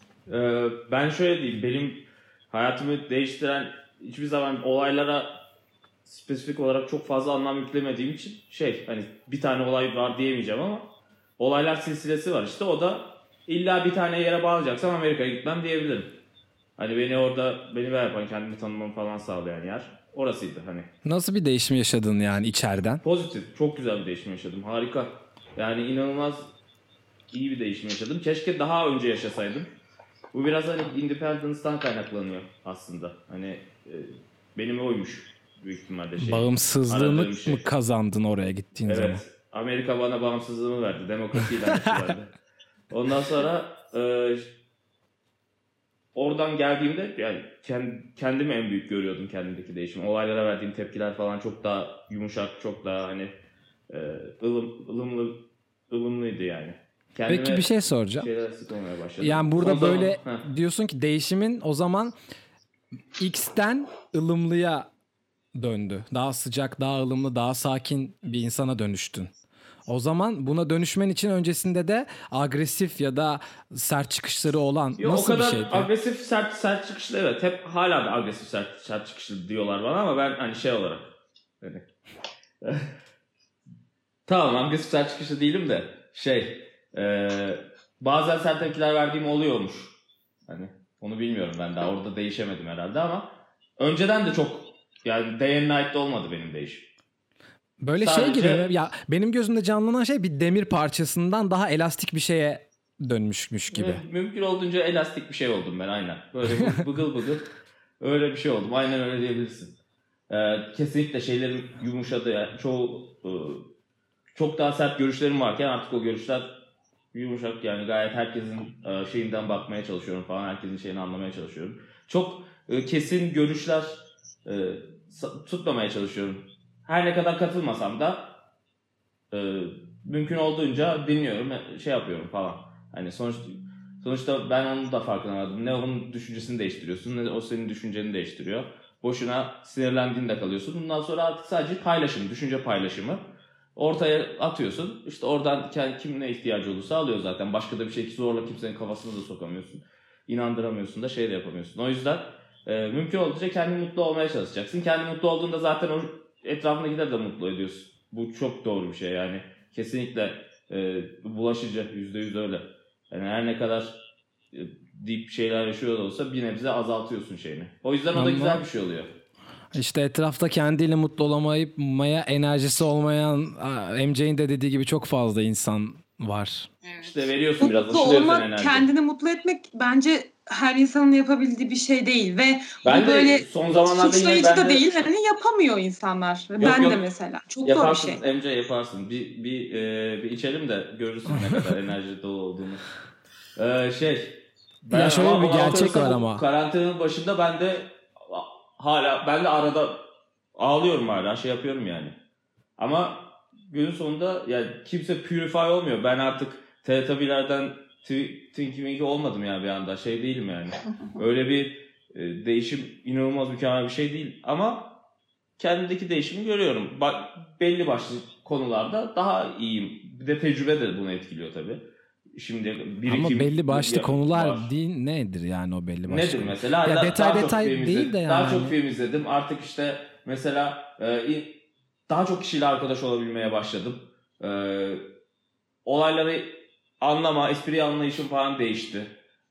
Ben şöyle diyeyim. Benim hayatımı değiştiren, hiçbir zaman olaylara spesifik olarak çok fazla anlam yüklemediğim için hani bir tane olay var diyemeyeceğim ama olaylar silsilesi var işte. O da illa bir tane yere bağlayacaksam Amerika'ya gitmem diyebilirim. Hani beni yapan, kendimi tanımamı falan sağlayan yer orasıydı hani. Nasıl bir değişim yaşadın yani içeriden? Pozitif. Çok güzel bir değişim yaşadım. Harika. Yani inanılmaz iyi bir değişim yaşadım. Keşke daha önce yaşasaydım. Bu biraz hani Independence'dan kaynaklanıyor aslında. Hani benim oymuş büyük ihtimalle Bağımsızlığını mı kazandın oraya gittiğin zaman? Evet. Amerika bana bağımsızlığımı verdi. Demokrasiyi verdi. Ondan sonra oradan geldiğimde yani kendimi en büyük görüyordum, kendimdeki değişimi. Olaylara verdiğim tepkiler falan çok daha yumuşak, çok daha hani ılımlıydı yani. Kendime Peki bir şey soracağım. şeyler sıkılmaya başladım. Yani burada Son zaman- böyle Heh. diyorsun ki değişimin o zaman X'ten ılımlıya döndü. Daha sıcak, daha ılımlı, daha sakin bir insana dönüştün. O zaman buna dönüşmen için öncesinde de agresif ya da sert çıkışları olan Yo, nasıl o kadar bir şeydi? agresif sert çıkışlı, evet. Hep hala da agresif sert çıkışlı diyorlar bana ama ben hani şey olarak hani tamam, agresif sert çıkışlı değilim de bazen sert tepkiler verdiğim oluyormuş. Hani onu bilmiyorum, ben daha orada değişemedim herhalde ama önceden de çok, yani day and night'te olmadı benim değişim. Böyle Sadece- şey gibi mi? Ya benim gözümde canlanan şey bir demir parçasından daha elastik bir şeye dönmüş gibi. Evet, mümkün olduğunca elastik bir şey oldum ben, aynen. Böyle bıgıl bıgıl öyle bir şey oldum. Aynen öyle diyebilirsin. Kesinlikle şeylerim yumuşadı. Yani çok daha sert görüşlerim varken artık o görüşler yumuşak, yani gayet herkesin şeyinden bakmaya çalışıyorum falan. Herkesin şeyini anlamaya çalışıyorum. Çok kesin görüşler tutmamaya çalışıyorum. Her ne kadar katılmasam da mümkün olduğunca dinliyorum, şey yapıyorum falan. Hani sonuçta ben onun da farkına vardım. Ne onun düşüncesini değiştiriyorsun, ne o senin düşünceni değiştiriyor. Boşuna sinirlendiğinde kalıyorsun. Bundan sonra artık sadece paylaşım, düşünce paylaşımı ortaya atıyorsun. İşte oradan kim ne ihtiyacı olursa alıyor zaten. Başka da bir şey ki zorla kimsenin kafasına da sokamıyorsun. İnandıramıyorsun da şey de yapamıyorsun. O yüzden mümkün olduğunca kendin mutlu olmaya çalışacaksın. Kendin mutlu olduğunda zaten o etrafındakileri de mutlu ediyorsun. Bu çok doğru bir şey yani. Kesinlikle bulaşıcı, %100 öyle. Yani her ne kadar deep şeyler yaşıyor da olsa bir nebze azaltıyorsun şeyini. O yüzden o da güzel bir şey oluyor. İşte etrafta kendiyle mutlu olamayıp enerjisi olmayan, MJ'in de dediği gibi çok fazla insan var. İşte veriyorsun biraz, Mutlu aşılıyorsun olmak, enerji. kendini mutlu etmek bence her insanın yapabildiği bir şey değil ve Ben bu de böyle son zamanlarda suçlayıcı yine da değil, hani yapamıyor insanlar. Ben de mesela. Çok zor bir yaparsın, şey. MJ yaparsın. Bir içelim de görürsün ne kadar enerji dolu olduğunu. Ya şöyle bir gerçek hatırlasam var bu ama. Karantinanın başında ben de arada ağlıyorum, hala şey yapıyorum yani. Ama günün sonunda yani kimse purify olmuyor. Ben artık Teletubby'lerden Tinky olmadım yani bir anda. Şey değilim yani. Öyle bir değişim inanılmaz mükemmel bir şey değil. Ama kendimdeki değişimi görüyorum. Belli başlı konularda daha iyiyim. Bir de tecrübe de bunu etkiliyor tabii. Şimdi birikim, Ama belli başlı konular var. değil, nedir yani o belli başlı? Nedir mesela? Ya Daha detay çok detay film değil izledim. de yani. Daha çok film izledim. Artık işte mesela daha çok kişiyle arkadaş olabilmeye başladım. Olayları anlama, espri anlayışım falan değişti.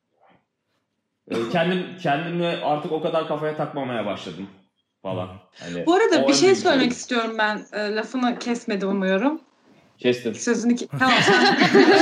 Kendimi artık o kadar kafaya takmamaya başladım falan. Hani Bu arada o bir en şey büyük söylemek sorun. istiyorum ben. Lafını kesmedim umuyorum. Kestim. Sözünü tamam sen.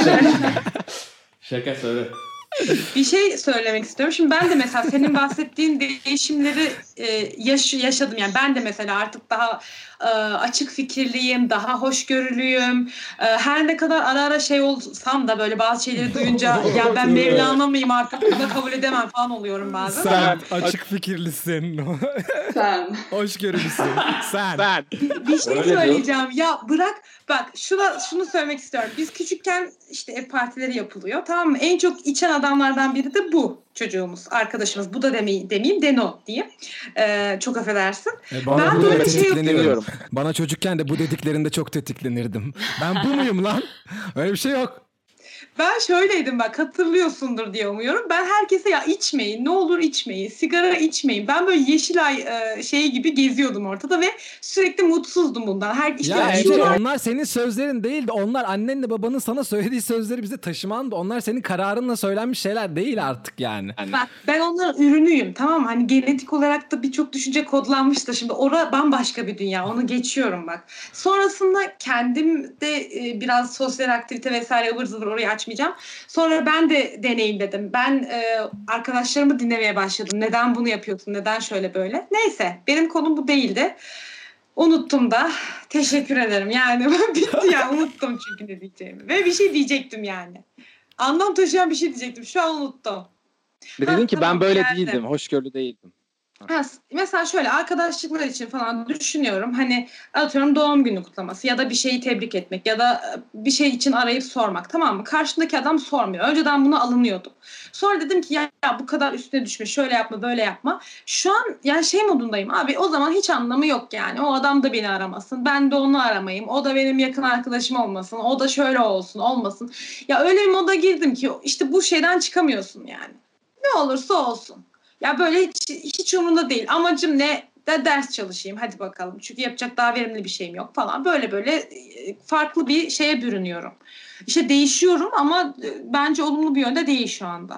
Şaka söyle. Bir şey söylemek istiyorum. Şimdi ben de mesela senin bahsettiğin değişimleri yaşadım. Yani ben de mesela artık daha açık fikirliyim, daha hoşgörülüyüm. Her ne kadar ara ara şey olsam da böyle bazı şeyleri duyunca ya ben Mevlana mıyım artık bunu da kabul edemem falan oluyorum bazen. Sen açık fikirlisin. Sen. Hoşgörülüsün. Sen. Bir şey Öyle söyleyeceğim. Ya bırak bak şunu söylemek istiyorum. Biz küçükken işte ev partileri yapılıyor. Tamam mı? En çok içen adamlardan biri de bu çocuğumuz, arkadaşımız. Bu da demeyeyim, Deno diyeyim. Çok affedersin. Bana Ben bu böyle şey tetikleniyorum. yapıyorum. Bana çocukken de bu dediklerinde çok tetiklenirdim. Ben bu muyum lan? Öyle bir şey yok. Ben şöyleydim bak, hatırlıyorsundur diye umuyorum. Ben herkese ya içmeyin, ne olur içmeyin, sigara içmeyin. Ben böyle Yeşilay şey gibi geziyordum ortada ve sürekli mutsuzdum bundan. Ya şu Ece, var- onlar senin sözlerin değildi. Onlar annenle babanın sana söylediği sözleri bize taşımandı. Onlar senin kararınla söylenmiş şeyler değil artık yani. Bak, ben onların ürünüyüm, tamam mı? Hani genetik olarak da birçok düşünce kodlanmış da şimdi bambaşka bir dünya, onu geçiyorum bak. Sonrasında kendim de biraz sosyal aktivite vesaire ıvır zıvır, orayı açmayacağım. Sonra ben de deneyimledim. Ben arkadaşlarımı dinlemeye başladım. Neden bunu yapıyorsun? Neden şöyle böyle? Neyse, benim konum bu değildi. Unuttum da. Teşekkür ederim. Yani bitti ya. Unuttum çünkü ne diyeceğimi. Ve bir şey diyecektim yani. Anlam taşıyan bir şey diyecektim. Şu an unuttum. Dedin ki tamam, ben böyle geldi. değildim, hoşgörülü değildim. Mesela şöyle arkadaşlıklar için falan düşünüyorum. Hani atıyorum doğum günü kutlaması ya da bir şeyi tebrik etmek ya da bir şey için arayıp sormak, tamam mı? Karşındaki adam sormuyor. Önceden buna alınıyordum. Sonra dedim ki ya bu kadar üstüne düşme, şöyle yapma, böyle yapma. Şu an yani şey modundayım abi, o zaman hiç anlamı yok yani. O adam da beni aramasın, ben de onu aramayayım. O da benim yakın arkadaşım olmasın, o da şöyle olsun, olmasın. Ya öyle bir moda girdim ki işte bu şeyden çıkamıyorsun yani. Ne olursa olsun. Ya böyle hiç umurumda değil. Amacım ne? De ders çalışayım. Hadi bakalım. Çünkü yapacak daha verimli bir şeyim yok falan. Böyle farklı bir şeye bürünüyorum. İşte değişiyorum ama bence olumlu bir yönde değil şu anda.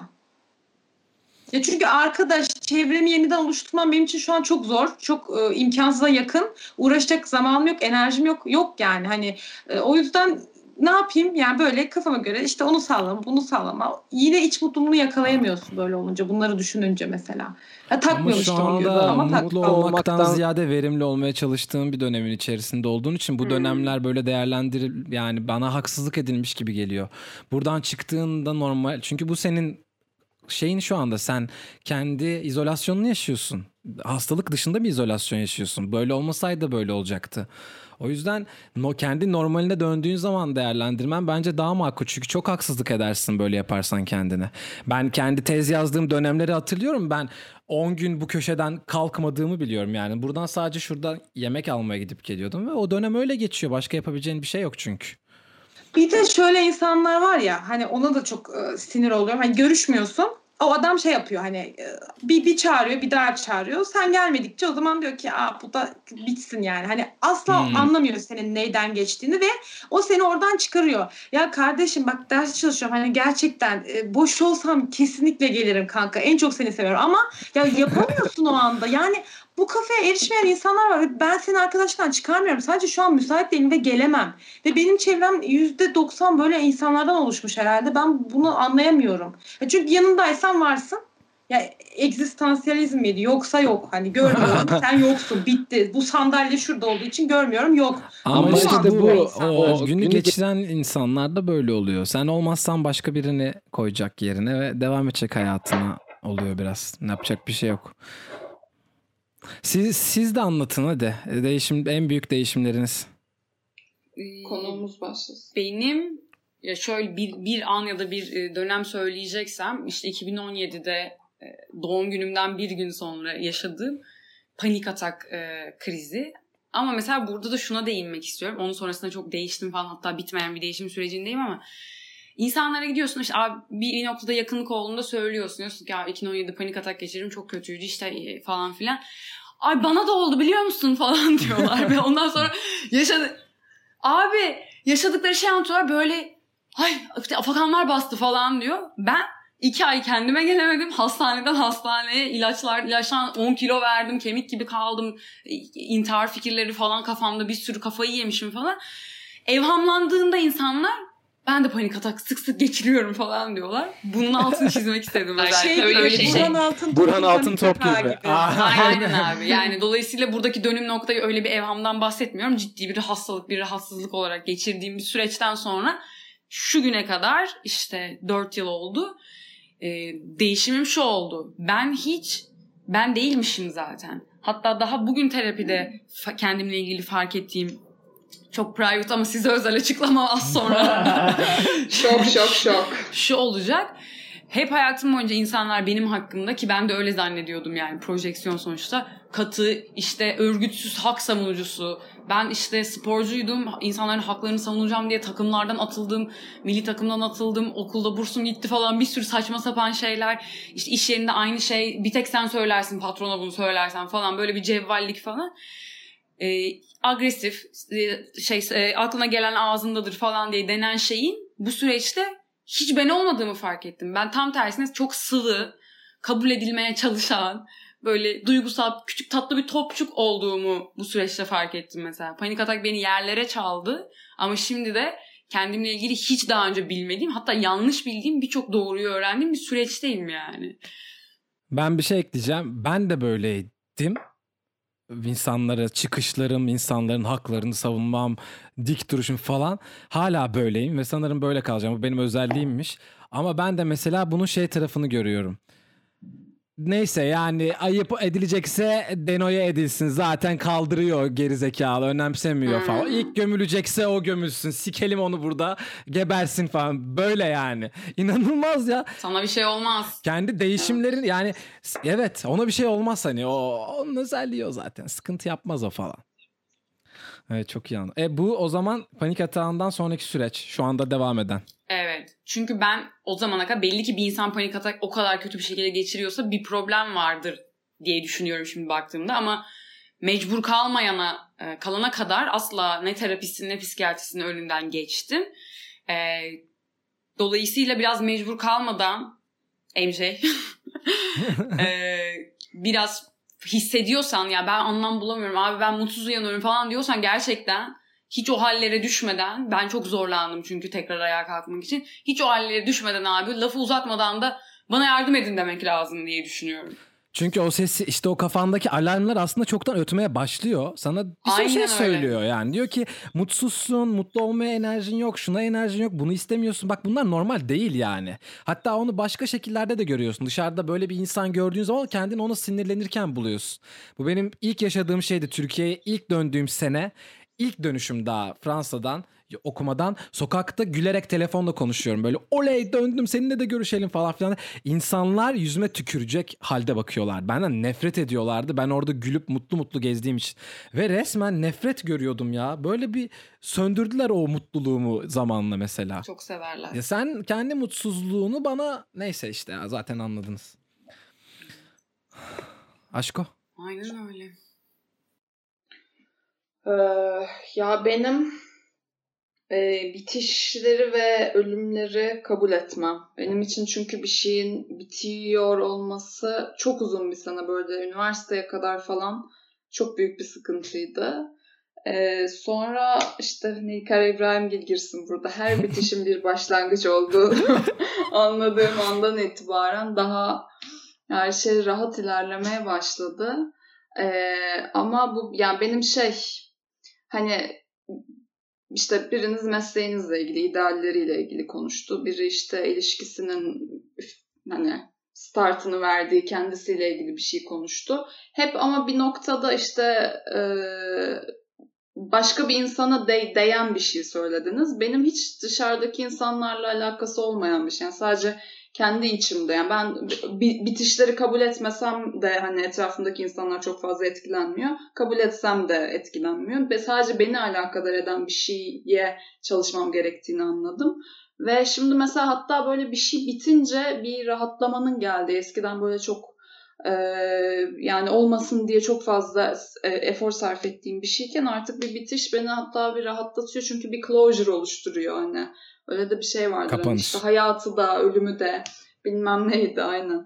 Ya çünkü arkadaş çevremi yeniden oluşturmam benim için şu an çok zor. Çok imkansıza yakın. Uğraşacak zamanım yok, enerjim yok. Yok yani hani o yüzden ne yapayım? Yani böyle kafama göre işte onu sağlama, bunu sağlama. Yine iç mutluluğunu yakalayamıyorsun böyle olunca. Bunları düşününce mesela. Ya, takmıyorum Ama şu işte onu anda ama mutlu olmaktan ziyade verimli olmaya çalıştığım bir dönemin içerisinde olduğun için bu dönemler böyle yani bana haksızlık edilmiş gibi geliyor. Buradan çıktığında normal. Çünkü bu senin şeyin şu anda sen kendi izolasyonunu yaşıyorsun. Hastalık dışında bir izolasyon yaşıyorsun. Böyle olmasaydı böyle olacaktı. O yüzden kendi normaline döndüğün zaman değerlendirmen bence daha makul. Çünkü çok haksızlık edersin böyle yaparsan kendine. Ben kendi tez yazdığım dönemleri hatırlıyorum. Ben 10 gün bu köşeden kalkmadığımı biliyorum yani. Buradan sadece şuradan yemek almaya gidip geliyordum. Ve o dönem öyle geçiyor. Başka yapabileceğin bir şey yok çünkü. Bir de şöyle insanlar var ya hani ona da çok sinir oluyorum. Hani görüşmüyorsun. O adam şey yapıyor hani bir çağırıyor, bir daha çağırıyor. Sen gelmedikçe o zaman diyor ki bu da bitsin yani. Hani asla anlamıyor senin neyden geçtiğini ve o seni oradan çıkarıyor. Ya kardeşim bak ders çalışıyorum. Hani gerçekten boş olsam kesinlikle gelirim kanka. En çok seni seviyorum ama ya yapamıyorsun o anda. Yani bu kafaya erişmeyen insanlar var ve ben seni arkadaştan çıkarmıyorum. Sadece şu an müsait değilim ve gelemem. Ve benim çevrem %90 böyle insanlardan oluşmuş herhalde. Ben bunu anlayamıyorum. Çünkü yanındaysan varsın. Ya egzistansiyalizm miydi? Yoksa yok. Hani görmüyorum. Sen yoksun. Bitti. Bu sandalye şurada olduğu için görmüyorum. Yok. Ama işte bu o günü geçiren insanlar da böyle oluyor. Sen olmazsan başka birini koyacak yerine ve devam edecek hayatına oluyor biraz. Yapacak bir şey yok. Siz de anlatın hadi. En büyük değişimleriniz. Konuğumuz başlasın. Benim ya şöyle bir an ya da bir dönem söyleyeceksem işte 2017'de doğum günümden bir gün sonra yaşadığım panik atak krizi. Ama mesela burada da şuna değinmek istiyorum. Onun sonrasında çok değiştim falan, hatta bitmeyen bir değişim sürecindeyim ama insanlara gidiyorsun işte abi bir noktada yakınlık olduğunda söylüyorsun. Diyorsun ki 2017'de panik atak geçirdim, çok kötüydü işte falan filan. Ay bana da oldu biliyor musun falan diyorlar. Ve ondan sonra yaşadıkları şey anlatıyorlar böyle ay işte afakanlar bastı falan diyor. Ben 2 ay kendime gelemedim. Hastaneden hastaneye ilaçtan 10 kilo verdim. Kemik gibi kaldım. İntihar fikirleri falan kafamda, bir sürü kafayı yemişim falan. Evhamlandığında insanlar ben de panik atak sık sık geçiriyorum falan diyorlar. Bunun altını çizmek istedim özellikle. Öyle bir şey. Burhan Altın top gibi. Aynen abi. Yani dolayısıyla buradaki dönüm noktayı öyle bir evhamdan bahsetmiyorum. Ciddi bir hastalık, bir rahatsızlık olarak geçirdiğim bir süreçten sonra şu güne kadar işte 4 yıl oldu. Değişimim şu oldu. Ben değilmişim zaten. Hatta daha bugün terapide kendimle ilgili fark ettiğim, çok private ama size özel açıklama az sonra. Şok. Şu olacak. Hep hayatım boyunca insanlar benim hakkımda, ki ben de öyle zannediyordum yani, projeksiyon sonuçta, katı işte örgütsüz hak savunucusu. Ben işte sporcuydum. İnsanların haklarını savunacağım diye takımlardan atıldım. Milli takımdan atıldım. Okulda bursum gitti falan. Bir sürü saçma sapan şeyler. İşte iş yerinde aynı şey. Bir tek sen söylersin, patrona bunu söylersen falan. Böyle bir cevvallik falan. Agresif, aklına gelen ağzındadır falan diye denen şeyin bu süreçte hiç ben olmadığımı fark ettim. Ben tam tersine çok sıvı, kabul edilmeye çalışan, böyle duygusal, küçük tatlı bir topçuk olduğumu bu süreçte fark ettim mesela. Panik atak beni yerlere çaldı ama şimdi de kendimle ilgili hiç daha önce bilmediğim, hatta yanlış bildiğim birçok doğruyu öğrendiğim bir süreçteyim yani. Ben bir şey ekleyeceğim. Ben de böyleydim. İnsanlara çıkışlarım, insanların haklarını savunmam, dik duruşum falan. Hala böyleyim ve sanırım böyle kalacağım. Bu benim özelliğimmiş. Ama ben de mesela bunun tarafını görüyorum. Neyse yani ayıp edilecekse denoye edilsin. Zaten kaldırıyor gerizekalı, önemsemiyor falan. İlk gömülecekse o gömülsün. Sikelim onu burada, gebersin falan. Böyle yani. İnanılmaz ya. Sana bir şey olmaz. Kendi değişimlerin yani evet, ona bir şey olmaz hani. Onun özelliği o zaten. Sıkıntı yapmaz o falan. Evet, çok iyi anladım. Bu o zaman panik atağından sonraki süreç şu anda devam eden. Evet. Çünkü ben o zamana kadar belli ki bir insan panik atak o kadar kötü bir şekilde geçiriyorsa bir problem vardır diye düşünüyorum şimdi baktığımda. Ama mecbur kalana kadar asla ne terapistin ne psikiyatristin önünden geçtim. Dolayısıyla biraz mecbur kalmadan MJ biraz hissediyorsan ya ben anlam bulamıyorum abi, ben mutsuz uyanıyorum falan diyorsan, gerçekten hiç o hallere düşmeden, ben çok zorlandım çünkü tekrar ayağa kalkmak için, hiç o hallere düşmeden abi lafı uzatmadan da bana yardım edin demek lazım diye düşünüyorum. Çünkü o sesi, işte o kafandaki alarmlar aslında çoktan ötmeye başlıyor. Sana bir sürü şey söylüyor yani. Diyor ki mutsuzsun, mutlu olmaya enerjin yok, şuna enerjin yok, bunu istemiyorsun. Bak bunlar normal değil yani. Hatta onu başka şekillerde de görüyorsun. Dışarıda böyle bir insan gördüğün zaman kendini ona sinirlenirken buluyorsun. Bu benim ilk yaşadığım şeydi. Türkiye'ye ilk döndüğüm sene. İlk dönüşüm daha Fransa'dan, okumadan, sokakta gülerek telefonla konuşuyorum. Böyle oley döndüm, seninle de görüşelim falan filan. İnsanlar yüzüme tükürecek halde bakıyorlar. Benden nefret ediyorlardı. Ben orada gülüp mutlu mutlu gezdiğim için. Ve resmen nefret görüyordum ya. Böyle bir söndürdüler o mutluluğumu zamanla mesela. Çok severler. Ya sen kendi mutsuzluğunu bana, neyse işte ya, zaten anladınız. Aşko? Aynen öyle. Ya benim bitişleri ve ölümleri kabul etmem. Benim için çünkü bir şeyin bitiyor olması çok uzun bir sene, böyle üniversiteye kadar falan çok büyük bir sıkıntıydı. Sonra işte Nilkar İbrahimgil girsin burada. Her bitişin bir başlangıç olduğunu anladığım andan itibaren daha her şey rahat ilerlemeye başladı. Ama bu yani benim hani işte biriniz mesleğinizle ilgili, idealleriyle ilgili konuştu. Biri işte ilişkisinin hani startını verdiği kendisiyle ilgili bir şey konuştu. Hep ama bir noktada işte başka bir insana değen bir şey söylediniz. Benim hiç dışarıdaki insanlarla alakası olmayan bir şey. Yani sadece kendi içimde. Yani ben bitişleri kabul etmesem de hani etrafımdaki insanlar çok fazla etkilenmiyor. Kabul etsem de etkilenmiyor. Ve sadece beni alakadar eden bir şeye çalışmam gerektiğini anladım. Ve şimdi mesela hatta böyle bir şey bitince bir rahatlamanın geldiği. Eskiden böyle çok yani olmasın diye çok fazla efor sarf ettiğim bir şeyken artık bir bitiş beni hatta bir rahatlatıyor. Çünkü bir closure oluşturuyor hani. Öyle de bir şey vardır. Kapanış. Hani işte hayatı da ölümü de bilmem neydi aynen.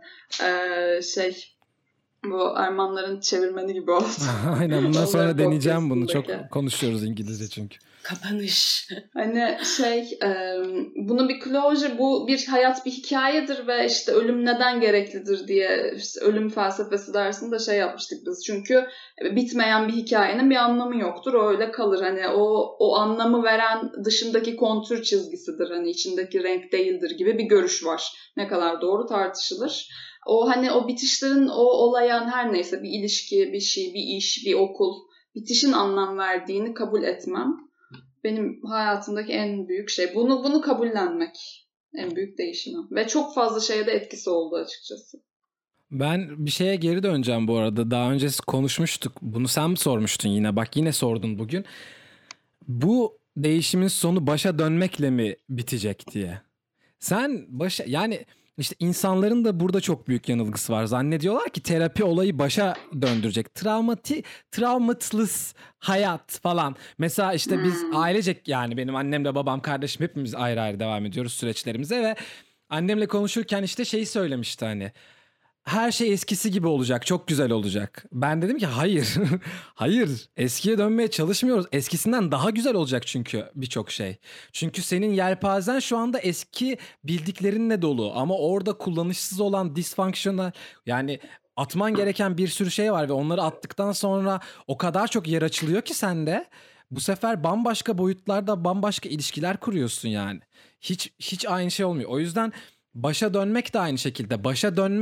Bu Ermanların çevirmeni gibi oldu. Aynen, bundan sonra deneyeceğim bunu. Çok konuşuyoruz İngilizce çünkü. Kapanış. Hani bunu bir closure, bu bir hayat bir hikayedir ve işte ölüm neden gereklidir diye işte ölüm felsefesi dersinde yapmıştık biz. Çünkü bitmeyen bir hikayenin bir anlamı yoktur. O öyle kalır. Hani o anlamı veren dışındaki kontür çizgisidir. Hani içindeki renk değildir gibi bir görüş var. Ne kadar doğru tartışılır. O hani o bitişlerin o olayan her neyse bir ilişki, bir şey, bir iş, bir okul bitişin anlam verdiğini kabul etmem. Benim hayatımdaki en büyük şey. Bunu kabullenmek en büyük değişimim. Ve çok fazla şeye de etkisi oldu açıkçası. Ben bir şeye geri döneceğim bu arada. Daha önce konuşmuştuk. Bunu sen mi sormuştun yine? Bak yine sordun bugün. Bu değişimin sonu başa dönmekle mi bitecek diye. Sen yani işte insanların da burada çok büyük yanılgısı var. Zannediyorlar ki terapi olayı başa döndürecek. Travmatless hayat falan. Mesela işte biz ailecek, yani benim annemle babam, kardeşim hepimiz ayrı ayrı devam ediyoruz süreçlerimize ve annemle konuşurken işte şeyi söylemişti hani. Her şey eskisi gibi olacak, çok güzel olacak. Ben dedim ki hayır, hayır, eskiye dönmeye çalışmıyoruz. Eskisinden daha güzel olacak çünkü birçok şey. Çünkü senin yelpazen şu anda eski bildiklerinle dolu. Ama orada kullanışsız olan dysfunctional, yani atman gereken bir sürü şey var ve onları attıktan sonra o kadar çok yer açılıyor ki sende. Bu sefer bambaşka boyutlarda bambaşka ilişkiler kuruyorsun yani. Hiç aynı şey olmuyor. O yüzden başa dönmek de aynı şekilde. Başa dönmek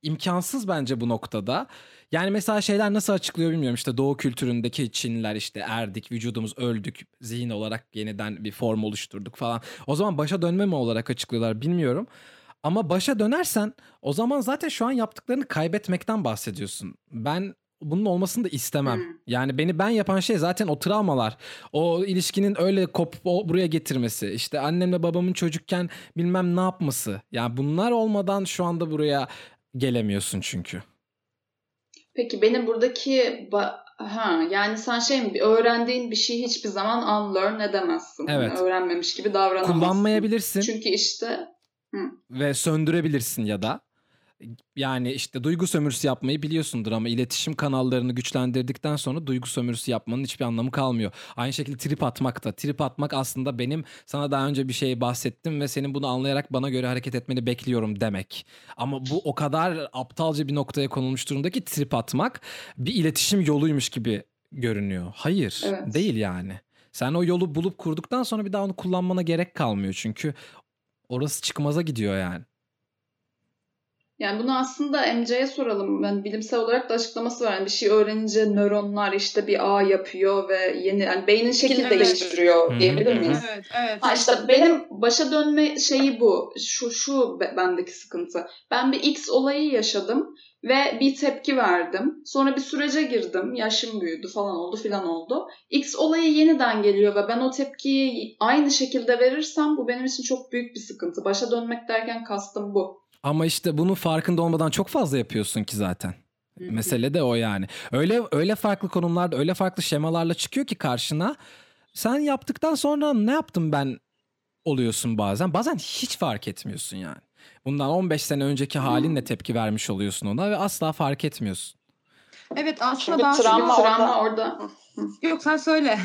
imkansız bence bu noktada. Yani mesela şeyler nasıl açıklıyor bilmiyorum. İşte Doğu kültüründeki Çinliler işte erdik, vücudumuz öldük, zihin olarak yeniden bir form oluşturduk falan. O zaman başa dönme mi olarak açıklıyorlar bilmiyorum. Ama başa dönersen o zaman zaten şu an yaptıklarını kaybetmekten bahsediyorsun. Ben bunun olmasını da istemem. Yani beni ben yapan şey zaten o travmalar. O ilişkinin öyle kopup buraya getirmesi. İşte annemle babamın çocukken bilmem ne yapması. Yani bunlar olmadan şu anda buraya gelemiyorsun çünkü. Peki benim buradaki yani sen öğrendiğin bir şeyi hiçbir zaman unlearn edemezsin. Evet. Yani öğrenmemiş gibi davranamazsın. Kullanmayabilirsin. Çünkü işte ve söndürebilirsin ya da yani işte duygu sömürüsü yapmayı biliyorsundur ama iletişim kanallarını güçlendirdikten sonra duygu sömürüsü yapmanın hiçbir anlamı kalmıyor. Aynı şekilde trip atmak da. Trip atmak aslında benim sana daha önce bir şey bahsettim ve senin bunu anlayarak bana göre hareket etmeni bekliyorum demek. Ama bu o kadar aptalca bir noktaya konulmuş durumda ki trip atmak bir iletişim yoluymuş gibi görünüyor. Hayır, evet. Değil yani. Sen o yolu bulup kurduktan sonra bir daha onu kullanmana gerek kalmıyor çünkü orası çıkmaza gidiyor yani. Yani bunu aslında MC'ye soralım. Yani bilimsel olarak da açıklaması var. Yani bir şey öğrenince nöronlar işte bir ağ yapıyor ve yani beynin şekil değiştiriyor diyebilir miyiz? Evet. İşte benim başa dönme şeyi bu. Şu bendeki sıkıntı. Ben bir X olayı yaşadım ve bir tepki verdim. Sonra bir sürece girdim. Yaşım büyüdü falan oldu filan oldu. X olayı yeniden geliyor ve ben o tepkiyi aynı şekilde verirsem bu benim için çok büyük bir sıkıntı. Başa dönmek derken kastım bu. Ama işte bunun farkında olmadan çok fazla yapıyorsun ki zaten. Mesele de o yani. Öyle farklı konumlarda, öyle farklı şemalarla çıkıyor ki karşına. Sen yaptıktan sonra ne yaptım ben oluyorsun bazen. Bazen hiç fark etmiyorsun yani. Bundan 15 sene önceki halinle tepki vermiş oluyorsun ona ve asla fark etmiyorsun. Evet aslında çünkü travma orada. Yok sen söyle.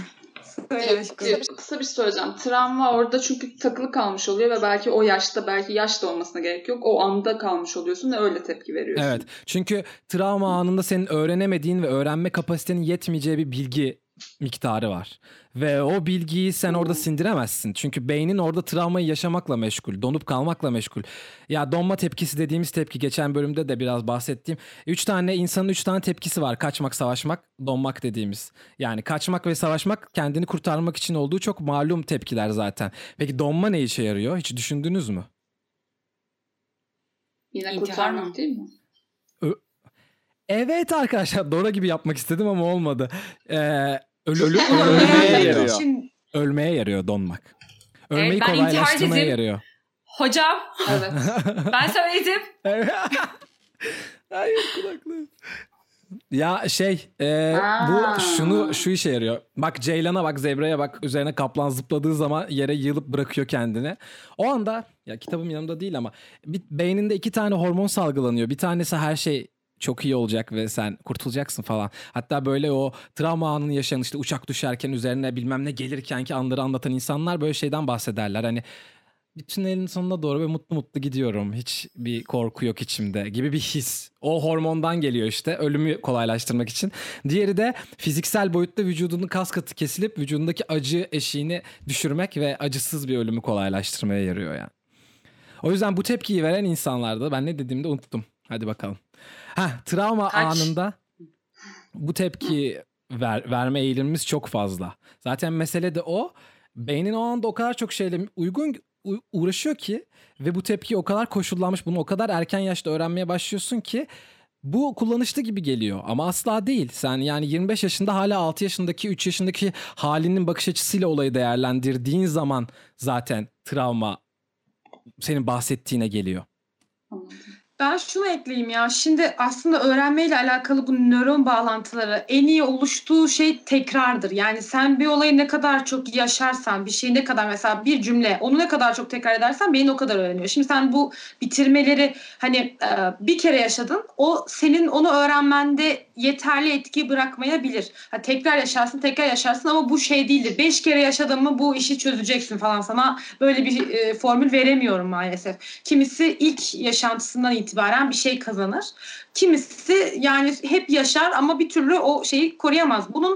Kısa bir şey söyleyeceğim. Travma orada çünkü takılı kalmış oluyor ve belki o yaşta, belki yaşta olmasına gerek yok. O anda kalmış oluyorsun ve öyle tepki veriyorsun. Evet. Çünkü travma anında senin öğrenemediğin ve öğrenme kapasitenin yetmeyeceği bir bilgi miktarı var. Ve o bilgiyi sen orada sindiremezsin. Çünkü beynin orada travmayı yaşamakla meşgul, donup kalmakla meşgul. Ya donma tepkisi dediğimiz tepki geçen bölümde de biraz bahsettiğim. İnsanın 3 tane tepkisi var. Kaçmak, savaşmak, donmak dediğimiz. Yani kaçmak ve savaşmak kendini kurtarmak için olduğu çok malum tepkiler zaten. Peki donma ne işe yarıyor? Hiç düşündünüz mü? Yine kurtarmak değil mi? Evet arkadaşlar, Dora gibi yapmak istedim ama olmadı. Ölmeye yarıyor donmak. Ölmeyi kolaylaştırmaya yarıyor. Hocam. Evet. Ben söyledim. Hayır kulaklığım. Ya bu şu işe yarıyor. Bak Ceylan'a bak, zebraya bak, üzerine kaplan zıpladığı zaman yere yığılıp bırakıyor kendini. O anda ya kitabım yanımda değil ama beyninde 2 tane hormon salgılanıyor. Bir tanesi her şey çok iyi olacak ve sen kurtulacaksın falan. Hatta böyle o travma anını yaşayan işte uçak düşerken üzerine bilmem ne gelirken ki anları anlatan insanlar böyle şeyden bahsederler. Hani bir tünelin sonuna doğru ve mutlu mutlu gidiyorum. Hiç bir korku yok içimde gibi bir his. O hormondan geliyor işte, ölümü kolaylaştırmak için. Diğeri de fiziksel boyutta vücudunun kas katı kesilip vücudundaki acı eşiğini düşürmek ve acısız bir ölümü kolaylaştırmaya yarıyor yani. O yüzden bu tepkiyi veren insanlarda ben ne dediğimde unuttum. Hadi bakalım. Travma anında bu tepkiyi verme eğilimimiz çok fazla. Zaten mesele de o. Beynin o anda o kadar çok şeyle uğraşıyor ki ve bu tepki o kadar koşullanmış, bunu o kadar erken yaşta öğrenmeye başlıyorsun ki bu kullanışlı gibi geliyor ama asla değil. Sen yani 25 yaşında hala 6 yaşındaki 3 yaşındaki halinin bakış açısıyla olayı değerlendirdiğin zaman zaten travma senin bahsettiğine geliyor. Anladım. Ben şunu ekleyeyim ya. Şimdi aslında öğrenmeyle alakalı bu nöron bağlantıları en iyi oluştuğu şey tekrardır. Yani sen bir olayı ne kadar çok yaşarsan, bir şeyi ne kadar mesela bir cümle onu ne kadar çok tekrar edersen beyin o kadar öğreniyor. Şimdi sen bu bitirmeleri hani bir kere yaşadın. O senin onu öğrenmende yeterli etki bırakmayabilir. Tekrar yaşarsın ama bu şey değildir. 5 kere yaşadın mı bu işi çözeceksin falan, sana böyle bir formül veremiyorum maalesef. Kimisi ilk yaşantısından itibaren bir şey kazanır. Kimisi yani hep yaşar ama bir türlü o şeyi koruyamaz. Bunun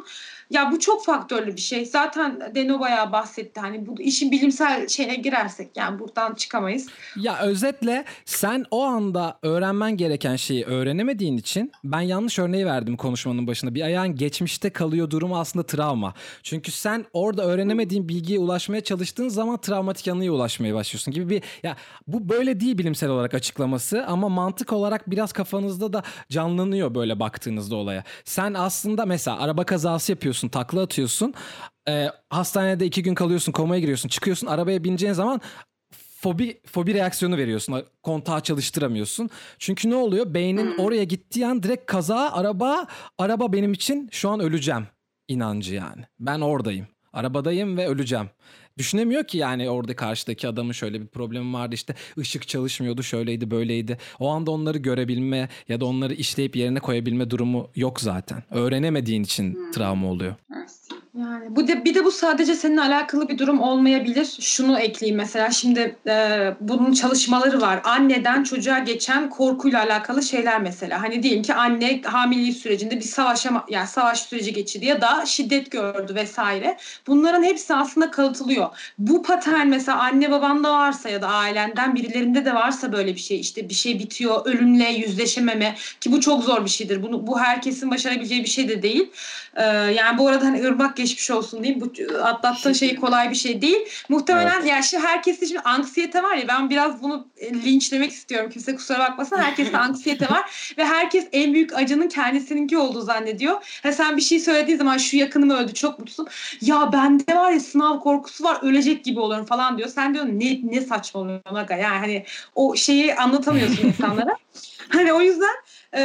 Ya bu çok faktörlü bir şey. Zaten Deno bayağı bahsetti. Hani bu işin bilimsel şeyine girersek yani buradan çıkamayız. Ya özetle sen o anda öğrenmen gereken şeyi öğrenemediğin için ben yanlış örneği verdim konuşmanın başında. Bir ayağın geçmişte kalıyor durumu aslında travma. Çünkü sen orada öğrenemediğin bilgiye ulaşmaya çalıştığın zaman travmatik anıya ulaşmaya başlıyorsun gibi bir ya bu böyle değil bilimsel olarak açıklaması ama mantık olarak biraz kafanızda da canlanıyor böyle baktığınızda olaya. Sen aslında mesela araba kazası yapıyorsun, takla atıyorsun. Hastanede 2 gün kalıyorsun, komaya giriyorsun, çıkıyorsun, arabaya bineceğin zaman fobi reaksiyonu veriyorsun. Kontağı çalıştıramıyorsun. Çünkü ne oluyor? Beynin oraya gittiği an direkt kaza, araba benim için şu an öleceğim inancı yani. Ben oradayım. Arabadayım ve öleceğim. Düşünemiyor ki yani orada karşıdaki adamın şöyle bir problemi vardı, işte ışık çalışmıyordu, şöyleydi böyleydi. O anda onları görebilme ya da onları işleyip yerine koyabilme durumu yok zaten. Öğrenemediğin için travma oluyor. Yani bir de bu sadece seninle alakalı bir durum olmayabilir. Şunu ekleyeyim mesela şimdi bunun çalışmaları var. Anneden çocuğa geçen korkuyla alakalı şeyler mesela. Hani diyelim ki anne hamilelik sürecinde bir savaş süreci geçirdi ya da şiddet gördü vesaire. Bunların hepsi aslında kalıtılıyor. Bu patern mesela anne babanda varsa ya da ailenden birilerinde de varsa böyle bir şey, işte bir şey bitiyor, ölümle yüzleşememe ki bu çok zor bir şeydir. Bu herkesin başarabileceği bir şey de değil. Yani bu arada hani Irmak geçmiş olsun diyeyim. Bu atlattığın şey kolay bir şey değil. Muhtemelen evet. Yani şimdi herkeste şimdi anksiyete var ya, ben biraz bunu linçlemek istiyorum. Kimse kusura bakmasın. Herkeste anksiyete var ve herkes en büyük acının kendisininki olduğu zannediyor. Sen bir şey söylediğin zaman şu yakınım öldü çok mutsuzum. Ya bende var ya sınav korkusu var, ölecek gibi olurum falan diyor. Sen diyorsun ne saçmalıyorsun aga. Yani hani o şeyi anlatamıyorsun insanlara. Hani o yüzden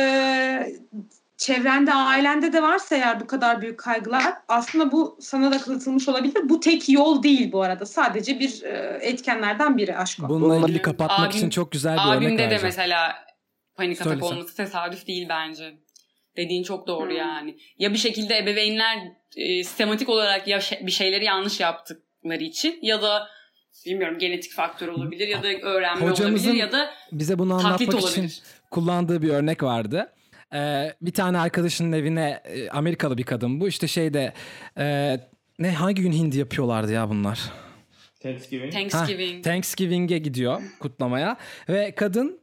çevrende, ailende de varsa eğer bu kadar büyük kaygılar, aslında bu sana da kılıtılmış olabilir. Bu tek yol değil bu arada. Sadece bir etkenlerden biri aşk. Bununla ilgili kapatmak için çok güzel bir örnek vereceğim. Abimde de mesela panik atak olması tesadüf değil bence. Dediğin çok doğru yani. Ya bir şekilde ebeveynler sistematik olarak ya bir şeyleri yanlış yaptıkları için ya da bilmiyorum genetik faktör olabilir ya da öğrenme olabilir ya da bize bunu anlatmak olabilir. için kullandığı bir örnek vardı. Bir tane arkadaşının evine Amerikalı bir kadın bu işte şeyde hangi gün hindi yapıyorlardı ya bunlar? Thanksgiving'e gidiyor kutlamaya ve kadın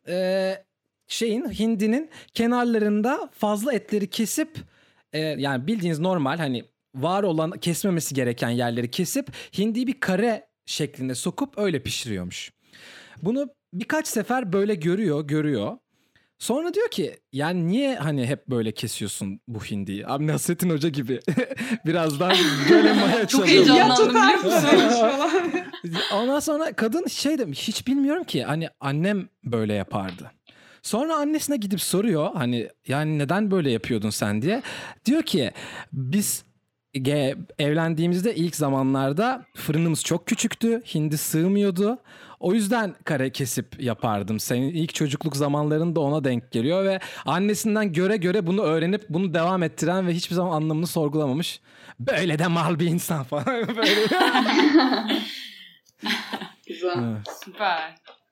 hindinin kenarlarında fazla etleri kesip yani bildiğiniz normal hani var olan kesmemesi gereken yerleri kesip hindiyi bir kare şeklinde sokup öyle pişiriyormuş. Bunu birkaç sefer böyle görüyor. Sonra diyor ki yani niye hani hep böyle kesiyorsun bu hindiyi? Abi Nasrettin Hoca gibi. Birazdan gölemaya çok heyecanlandım biliyor musun? Ondan sonra kadın demiş, hiç bilmiyorum ki hani annem böyle yapardı. Sonra annesine gidip soruyor hani yani neden böyle yapıyordun sen diye. Diyor ki biz evlendiğimizde ilk zamanlarda fırınımız çok küçüktü. Hindi sığmıyordu. O yüzden kare kesip yapardım. Senin ilk çocukluk zamanlarında ona denk geliyor ve annesinden göre bunu öğrenip bunu devam ettiren ve hiçbir zaman anlamını sorgulamamış. Böyle de mal bir insan falan. Böyle. Güzel. Evet. Süper.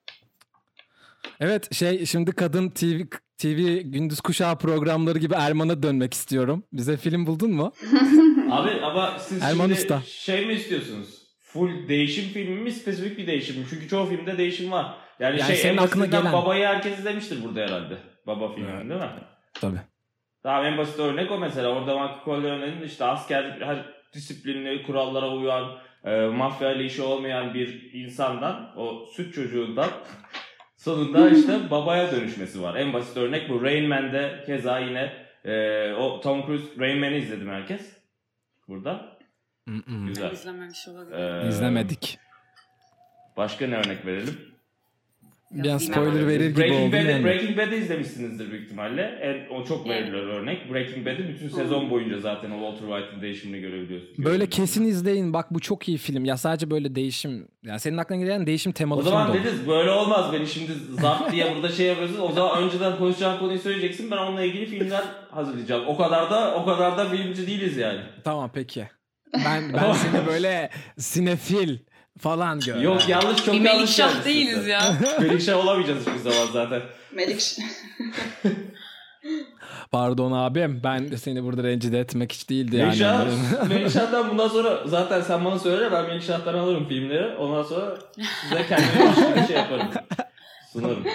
Evet şimdi kadın TV gündüz kuşağı programları gibi Erman'a dönmek istiyorum. Bize film buldun mu? Abi ama siz Erman şimdi Usta. şey mi istiyorsunuz? Full değişim filmi mi, spesifik bir değişim mi? Çünkü çoğu filmde değişim var. Yani senin aklına gelen Babayı herkes izlemiştir burada herhalde. Baba filmini değil mi? Tabii. Tamam, en basit örnek o mesela. Orada Michael Corleone'nin işte asker, her disiplinli kurallara uyan, mafya ile işi olmayan bir insandan, o süt çocuğundan sonunda işte babaya dönüşmesi var. En basit örnek bu. Rain Man'de keza yine o Tom Cruise, Rain Man'i izledim herkes. Burada. Güzel. İzlememiş olabilir. İzlemedik. Başka ne örnek verelim? Bir spoiler verir gibi oldu yani. Breaking Bad'i izlemişsinizdir büyük ihtimalle. O çok verilir örnek. Breaking Bad'i bütün sezon boyunca zaten o Walter White'ın değişimini görebiliyorsunuz. Böyle kesin izleyin. Bak bu çok iyi film. Ya sadece böyle değişim. Yani senin aklına gelen değişim temalı film. O zaman dediniz böyle olmaz. Beni şimdi zapt diye burada şey yapıyorsunuz. O zaman önceden konuşacağın konuyu söyleyeceksin. Ben onunla ilgili filmler hazırlayacağım. O kadar da filmci değiliz yani. Tamam peki. Ben seni böyle sinefil falan gör. Yok yanlış, çok yanlış. Melikşah değiliz ya. Melikşah olamayacağız hiçbir zaman zaten. Melikşah. Pardon abim, ben de seni burada rencide etmek hiç değildi yani. Melişah'tan bundan sonra zaten sen bana söyle, ben Melişah'tan alırım filmleri. Ondan sonra size kendime bir şey yaparım. Sunarım.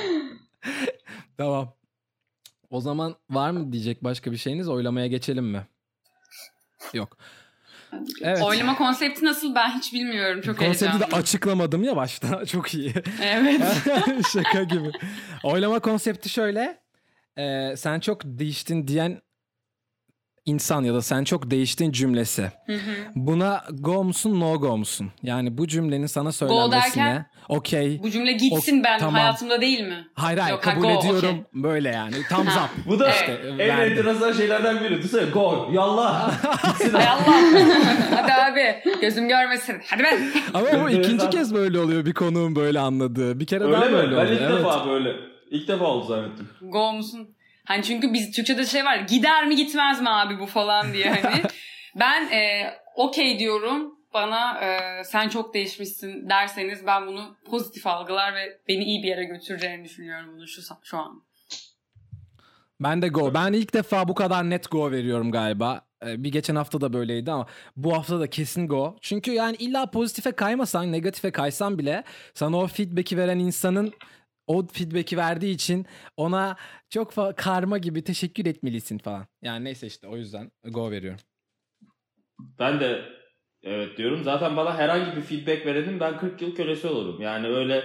Tamam. O zaman var mı diyecek başka bir şeyiniz? Oylamaya geçelim mi? Yok. Evet. Oylama konsepti nasıl ben hiç bilmiyorum. Çok konsepti heyecanlıyım. de açıklamadım ya başta. Çok iyi. Evet. Şaka gibi. Oylama konsepti şöyle. Sen çok değiştin diyen insan ya da sen çok değiştin cümlesi. Buna go musun, no go musun? Yani bu cümlenin sana söylenmesine okey. Bu cümle gitsin, ben tamam. Hayatımda değil mi? Hayır Yok, kabul go, ediyorum böyle yani. Thumbs up. Bu da İşte, en enteresan şeylerden biri. Düşünsene go, yallah. Gitsin. Hay Allah. Hadi abi gözüm görmesin. Hadi ben. Ama bu ikinci kez böyle oluyor bir konuğun böyle anladığı. Bir kere öyle daha mi? böyle Ben oluyor. ilk defa böyle. İlk defa oldu zannettim. Go musun? Hani çünkü biz Türkçe'de şey var, gider mi gitmez mi abi bu falan diye hani. Ben okey diyorum. Bana sen çok değişmişsin derseniz ben bunu pozitif algılar ve beni iyi bir yere götüreceğini düşünüyorum bunu şu an. Ben de go. Ben ilk defa bu kadar net go veriyorum galiba. Bir geçen hafta da böyleydi ama bu hafta da kesin go. Çünkü yani illa pozitife kaymasan, negatife kaysan bile sana o feedback'i veren insanın o feedback'i verdiği için ona çok karma gibi teşekkür etmelisin falan. Yani neyse işte o yüzden go veriyorum. Ben de evet diyorum. Zaten bana herhangi bir feedback verenin ben 40 yıl kölesi olurum. Yani öyle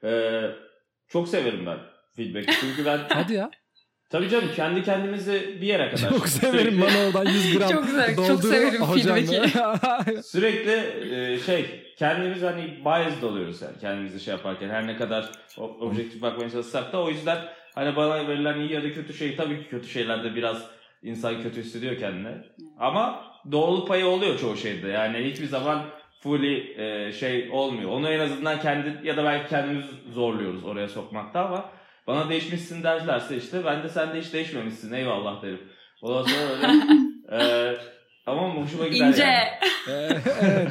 çok severim ben feedback'i. Çünkü ben... Hadi ya. Tabii canım kendi kendimizi bir yere kadar. Çok severim bana oradan 100 gram çok severim feedback'i. Sürekli kendimiz hani biased oluyoruz yani kendimizi şey yaparken her ne kadar objektif bakmaya çalışsak da o yüzden hani bana verilen iyi ya da kötü şey tabii ki kötü şeylerde biraz insan kötü hissediyor kendine. Ama doğruluk payı oluyor çoğu şeyde yani hiçbir zaman fully şey olmuyor. Onu en azından kendi ya da belki kendimiz zorluyoruz oraya sokmakta ama bana değişmişsin derlerse işte ben de sen de hiç değişmemişsin eyvallah derim. Ondan sonra öyle ama hoşuma gider İnce. Yani.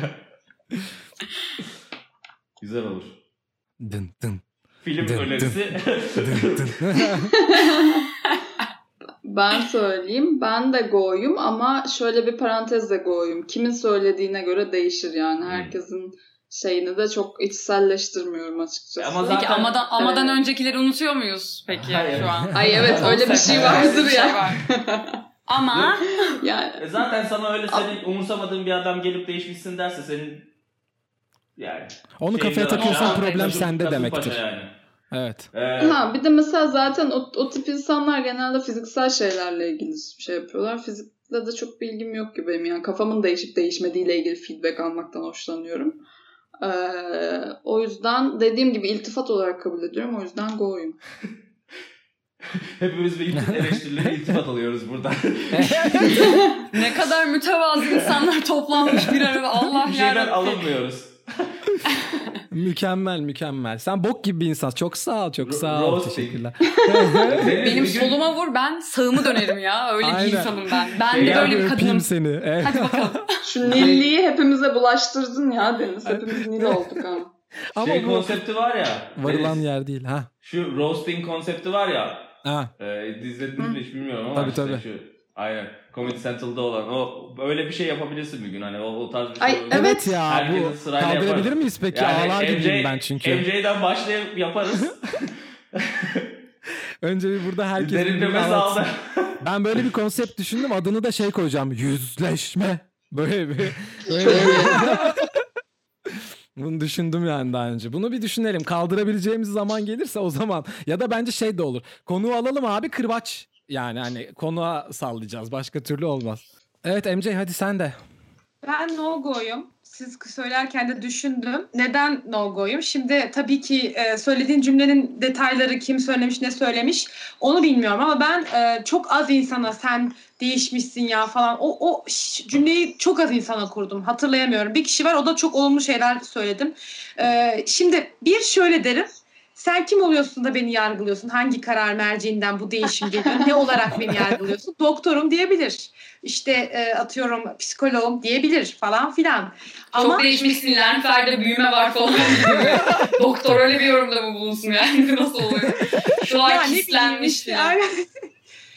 Güzel olur. Dın dın. Film dın, önerisi. Dın, dın. Ben söyleyeyim. Ben de go'yum ama şöyle bir parantezle go'yum. Kimin söylediğine göre değişir yani. Herkesin şeyini de çok içselleştirmiyorum açıkçası. Ama zaten... Peki amadan öncekileri unutuyor muyuz peki Hayır. şu an? Ay evet öyle bir şey vardır ya. Ama yani zaten sana öyle senin umursamadığın bir adam gelip değişmişsin derse senin yani onu kafaya takıyorsan problem Kasım sende demektir. Yani. Evet. Bir de mesela zaten o tip insanlar genelde fiziksel şeylerle ilgili şey yapıyorlar. Fizikle de çok bilgim yok ki benim yani kafamın değişip değişmediğiyle ilgili feedback almaktan hoşlanıyorum. O yüzden dediğim gibi iltifat olarak kabul ediyorum. O yüzden go'yum. Hepimiz bir eleştirileri iltifat alıyoruz buradan. ne kadar mütevazı insanlar toplanmış bir arada. Allah bir şeyden yarabbim. alınmıyoruz. Mükemmel. Sen bok gibi bir insan. Çok sağ ol. Teşekkürler. Benim soluma vur ben sağımı dönerim ya. Öyle bir insanım ben. Ben de böyle bir kadınım. Seni. Evet. Hadi bakalım. Şu nilliyi hepimize bulaştırdın ya Deniz. Hepimiz nil olduk ha. Ama bu konsepti var ya. varılan yer değil ha. Şu roasting konsepti var ya. Ha. İzlediniz mi hiç bilmiyorum ama tabii. Şu, aynen. Comedy Central'da olan o öyle bir şey yapabilirsin bir gün hani o tarz bir şey. Ay, evet ya bu kaldırabilir miyiz peki? Yani Ağlar gibiyim ben çünkü. MJ'den başlayıp yaparız. Önce bir burada herkes derinlemez aldı. Ben böyle bir konsept düşündüm. Adını da şey koyacağım. Yüzleşme. Böyle. Bunu düşündüm yani daha önce. Bunu bir düşünelim. Kaldırabileceğimiz zaman gelirse o zaman. Ya da bence şey de olur. Konuğu alalım abi kırbaç. Yani hani konuğa sallayacağız. Başka türlü olmaz. Evet MJ hadi sen de. Ben no go'yum. Siz söylerken de düşündüm. Neden no go'yum? Şimdi tabii ki söylediğin cümlenin detayları kim söylemiş ne söylemiş onu bilmiyorum ama ben çok az insana sen değişmişsin ya falan o cümleyi çok az insana kurdum. Hatırlayamıyorum. Bir kişi var o da çok olumlu şeyler söyledim. Şimdi bir şöyle derim. Sen kim oluyorsun da beni yargılıyorsun? Hangi karar merciinden bu değişim geliyor? Ne olarak beni yargılıyorsun? Doktorum diyebilir. İşte atıyorum psikoloğum diyebilir falan filan. Ama çok değişmişsin. Lenferde büyüme var falan gibi. Doktor öyle bir yorumda mı bulunsun yani? Nasıl oluyor? Şu an yani kislenmişti.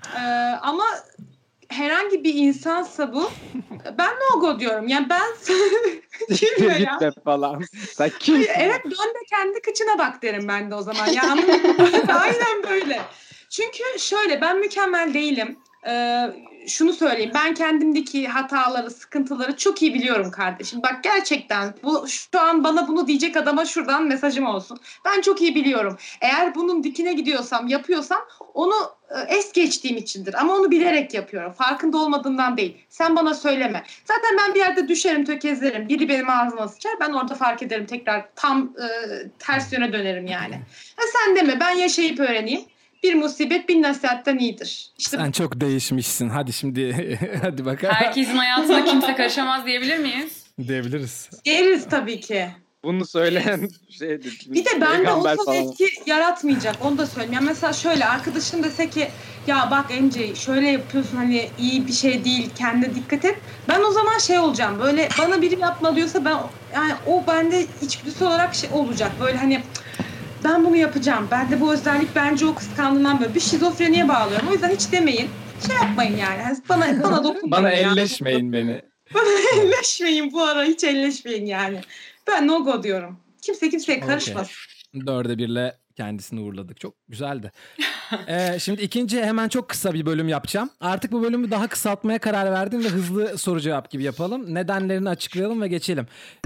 Ama herhangi bir insansa bu, ben no go diyorum. Yani ben gülme ya. Gitme falan. Sen kimsin? Evet, dön de kendi kıçına bak derim ben de o zaman. Ya aynen böyle. Çünkü şöyle, ben mükemmel değilim. Şunu söyleyeyim, ben kendimdeki hataları, sıkıntıları çok iyi biliyorum kardeşim. Bak gerçekten şu an bana bunu diyecek adama şuradan mesajım olsun. Ben çok iyi biliyorum. Eğer bunun dikine gidiyorsam, yapıyorsam onu es geçtiğim içindir. Ama onu bilerek yapıyorum. Farkında olmadığımdan değil. Sen bana söyleme. Zaten ben bir yerde düşerim, tökezlerim. Biri benim ağzıma sıçar. Ben orada fark ederim. Tekrar tam ters yöne dönerim yani. Sen deme, ben yaşayıp öğreneyim. Bir musibet bin nasihatten iyidir. İşte Sen çok değişmişsin. Hadi şimdi hadi bakalım. Herkesin hayatına kimse karışamaz diyebilir miyiz? Diyebiliriz. deriz tabii ki. Bunu söyleyen şeydi. Bir de bende o peygamber son falan. etki yaratmayacak. Onu da söyleyeyim. Yani mesela şöyle, arkadaşım dese ki ya bak MJ şöyle yapıyorsun, hani iyi bir şey değil, kendine dikkat et. Ben o zaman şey olacağım, böyle bana biri yapma diyorsa ben, yani o bende içgüdüsü olarak şey olacak. Böyle hani ben bunu yapacağım. Bende bu özellik, bence o kıskandığından böyle bir şizofreniye bağlıyorum. O yüzden hiç demeyin. Şey yapmayın yani. Bana dokunmayın. Bana yani. elleşmeyin beni. Bana elleşmeyin bu ara. Hiç elleşmeyin yani. Ben no go diyorum. Kimse kimseye karışmasın. Okay. 4'e 1'le kendisini uğurladık. Çok güzeldi. Şimdi ikinci, hemen çok kısa bir bölüm yapacağım. Artık bu bölümü daha kısaltmaya karar verdim ve hızlı soru cevap gibi yapalım. Nedenlerini açıklayalım ve geçelim.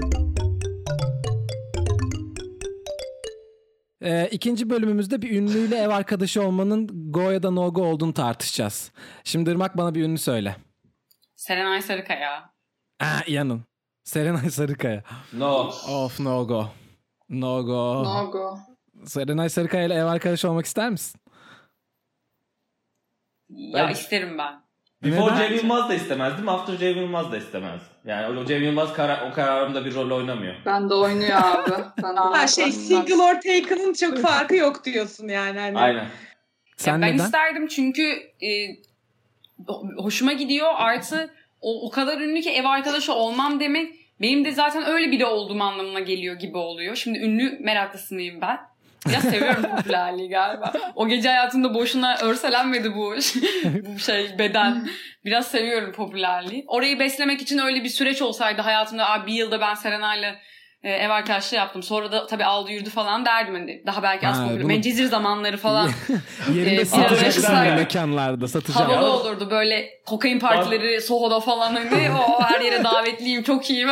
İkinci bölümümüzde bir ünlüyle ev arkadaşı olmanın go ya da no go olduğunu tartışacağız. Şimdi Irmak, bana bir ünlü söyle. Serenay Sarıkaya. Yanın. Serenay Sarıkaya. No. Of, no go. No go. No go. Serenay Sarıkaya ile ev arkadaşı olmak ister misin? Ya isterim ben. Before Neden? Cem Yılmaz da istemezdim. After Cem Yılmaz da istemezdim. Yani o Cem Yılmaz o kararımda bir rol oynamıyor. Ben de oynuyor abi. Ben de Ha single or taken'ın çok farkı yok diyorsun yani. Hani. Aynen. Sen ben neden? isterdim çünkü hoşuma gidiyor. Artı o kadar ünlü ki ev arkadaşı olmam demek benim de zaten öyle biri olduğum anlamına geliyor gibi oluyor. Şimdi ünlü meraklısıyım ben. Biraz seviyorum popülerliği galiba. O gece hayatımda boşuna örselenmedi bu beden. Biraz seviyorum popülerliği. Orayı beslemek için öyle bir süreç olsaydı hayatımda bir yılda ben Serenay'la ev arkadaşlığı yaptım. Sonra da tabii aldı yürüdü falan derdim. Hani daha belki az popüler. Mencezir zamanları falan. Yerinde satacaklar mekanlarda satacağım. Havalı olurdu böyle kokain partileri Soho'da falan hani. Her yere davetliyim, çok iyiyim.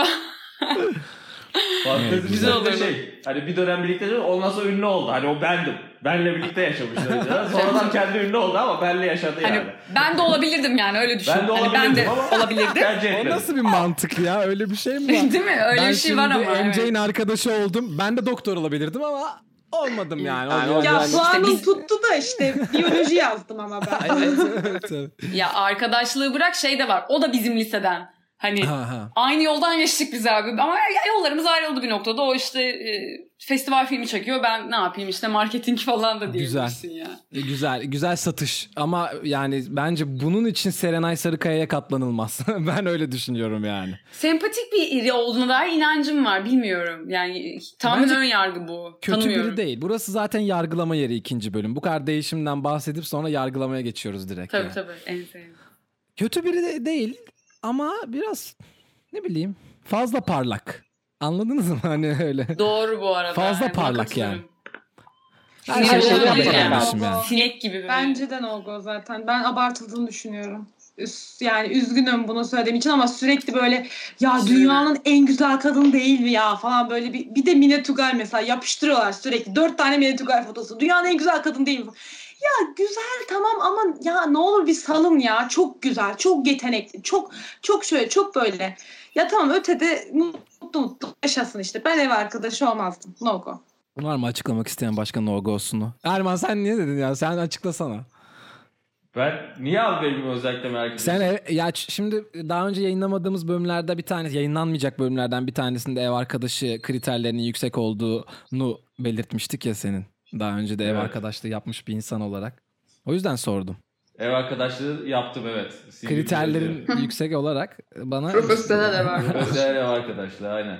Güzel oldu. Hani bir dönem birlikte ondan sonra ünlü oldu. Hani o bendim. Benle birlikte yaşamışlar. Sonradan kendi ünlü oldu ama benle yaşadı yani. Hani ben de olabilirdim yani, öyle düşün. Ben de olabilirdim ben de ama olabilirdim. O nasıl bir mantık ya? Öyle bir şey mi var? Değil mi? Öyle bir şey var ama. Ben şimdi MJ'nin arkadaşı oldum. Ben de doktor olabilirdim ama olmadım yani. Ya puanım tuttu da işte biyoloji yazdım ama ben. Evet. Ya arkadaşlığı bırak, şey de var. O da bizim liseden. Hani aynı yoldan geçtik biz abi. Ama yollarımız ayrıldı bir noktada. O işte festival filmi çekiyor. Ben ne yapayım işte marketing falan da diyebilirsin ya. Güzel satış. Ama yani bence bunun için Serenay Sarıkaya'ya katlanılmaz. Ben öyle düşünüyorum yani. Sempatik biri olduğuna dair inancım var. Bilmiyorum. Yani tamamen ön yargı bu. Kötü biri değil. Burası zaten yargılama yeri, ikinci bölüm. Bu kadar değişimden bahsedip sonra yargılamaya geçiyoruz direkt. Tabii yani. tabii. En sevdiğim. Kötü biri de değil. Ama biraz ne bileyim fazla parlak. Anladınız mı hani öyle? Doğru bu arada. Fazla parlak yani. Her şey yani. Sinek gibi böyle. Bence de no go zaten. Ben abartıldığını düşünüyorum. Yani üzgünüm bunu söylediğim için ama sürekli böyle ya dünyanın en güzel kadını değil mi ya falan, böyle bir de Mine Tugay mesela yapıştırıyorlar sürekli. 4 tane Mine Tugay fotosu. Dünyanın en güzel kadını değil mi? Ya güzel tamam ama ya ne olur bir salın ya. Çok güzel, çok yetenekli, çok şöyle, çok böyle. Ya tamam, ötede mutlu yaşasın işte. Ben ev arkadaşı olmazdım. No go. Var mı açıklamak isteyen başka no go'sunu? Erman sen niye dedin ya? Sen açıklasana. Ben niye abi benim özellikle merak ediyorsun? Sen ya şimdi daha önce yayınlamadığımız bölümlerde bir tanesi, yayınlanmayacak bölümlerden bir tanesinde ev arkadaşı kriterlerinin yüksek olduğunu belirtmiştik ya senin. Daha önce de ev arkadaşlığı yapmış bir insan olarak. O yüzden sordum. Ev arkadaşlığı yaptım evet. Kriterlerin yüksek olarak bana... Profesyonel ev arkadaşlığı. Profesyonel ev arkadaşlığı aynen.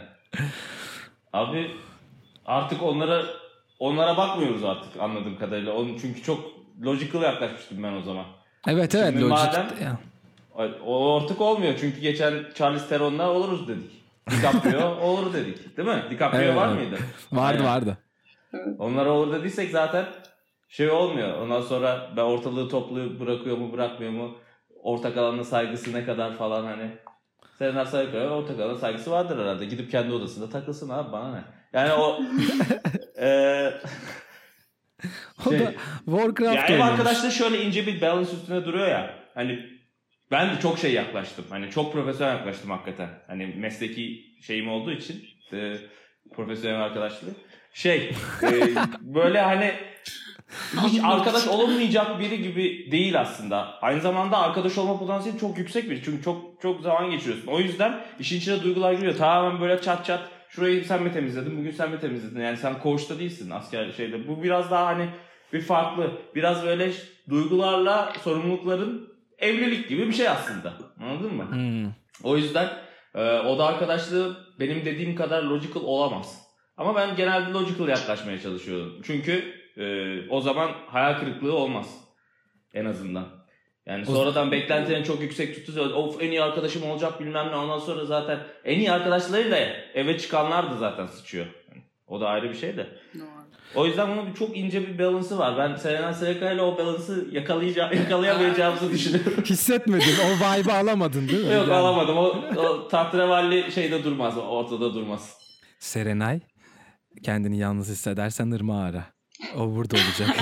Abi artık onlara bakmıyoruz artık anladığım kadarıyla. Çünkü çok logical yaklaşmıştım ben o zaman. Evet. Şimdi Logik. madem o artık olmuyor. Çünkü geçen Charlize Theron'la oluruz dedik. DiCaprio olur dedik. Değil mi? DiCaprio var mıydı? Vardı. Onlara olur dediysek zaten şey olmuyor. Ondan sonra ben ortalığı toplu bırakıyor mu bırakmıyor mu? Ortak alana saygısı ne kadar falan hani. Serenay Sarıkaya ortak alana saygısı vardır herhalde. Gidip kendi odasında takılsın abi bana ne? Yani o O da Warcraft ya ev arkadaşlığı şöyle ince bir balance üstüne duruyor ya. Hani ben de çok yaklaştım. Hani çok profesyonel yaklaştım hakikaten. Hani mesleki şeyim olduğu için profesyonel arkadaşlığı. Böyle hani hiç arkadaş olunmayacak biri gibi değil aslında. Aynı zamanda arkadaş olma potansiyeli çok yüksek bir. Çünkü çok zaman geçiriyorsun. O yüzden işin içine duygular giriyor. Tamamen böyle çat şurayı sen mi temizledin, bugün sen mi temizledin? Yani sen koğuşta değilsin asker şeyde. Bu biraz daha hani bir farklı. Biraz böyle duygularla sorumlulukların evlilik gibi bir şey aslında. Anladın mı? O yüzden oda arkadaşlığı benim dediğim kadar logical olamaz. Ama ben genelde logical yaklaşmaya çalışıyorum. Çünkü o zaman hayal kırıklığı olmaz. En azından. Yani sonradan beklentilerini çok yüksek tutuyor. Of en iyi arkadaşım olacak bilmem ne. Ondan sonra zaten en iyi arkadaşlarıyla eve çıkanlar da zaten sıçıyor. Yani o da ayrı bir şey de. O yüzden bunun çok ince bir balance'ı var. Ben Serenay Sarıkaya ile o balance'ı yakalayamayacağımızı düşünüyorum. Hissetmedin. O vibe'ı alamadın değil mi? Yok alamadım. O tahterevalli şeyde durmaz. Ortada durmaz. Serenay kendini yalnız hissedersen Irmak'ı ara. O burada olacak.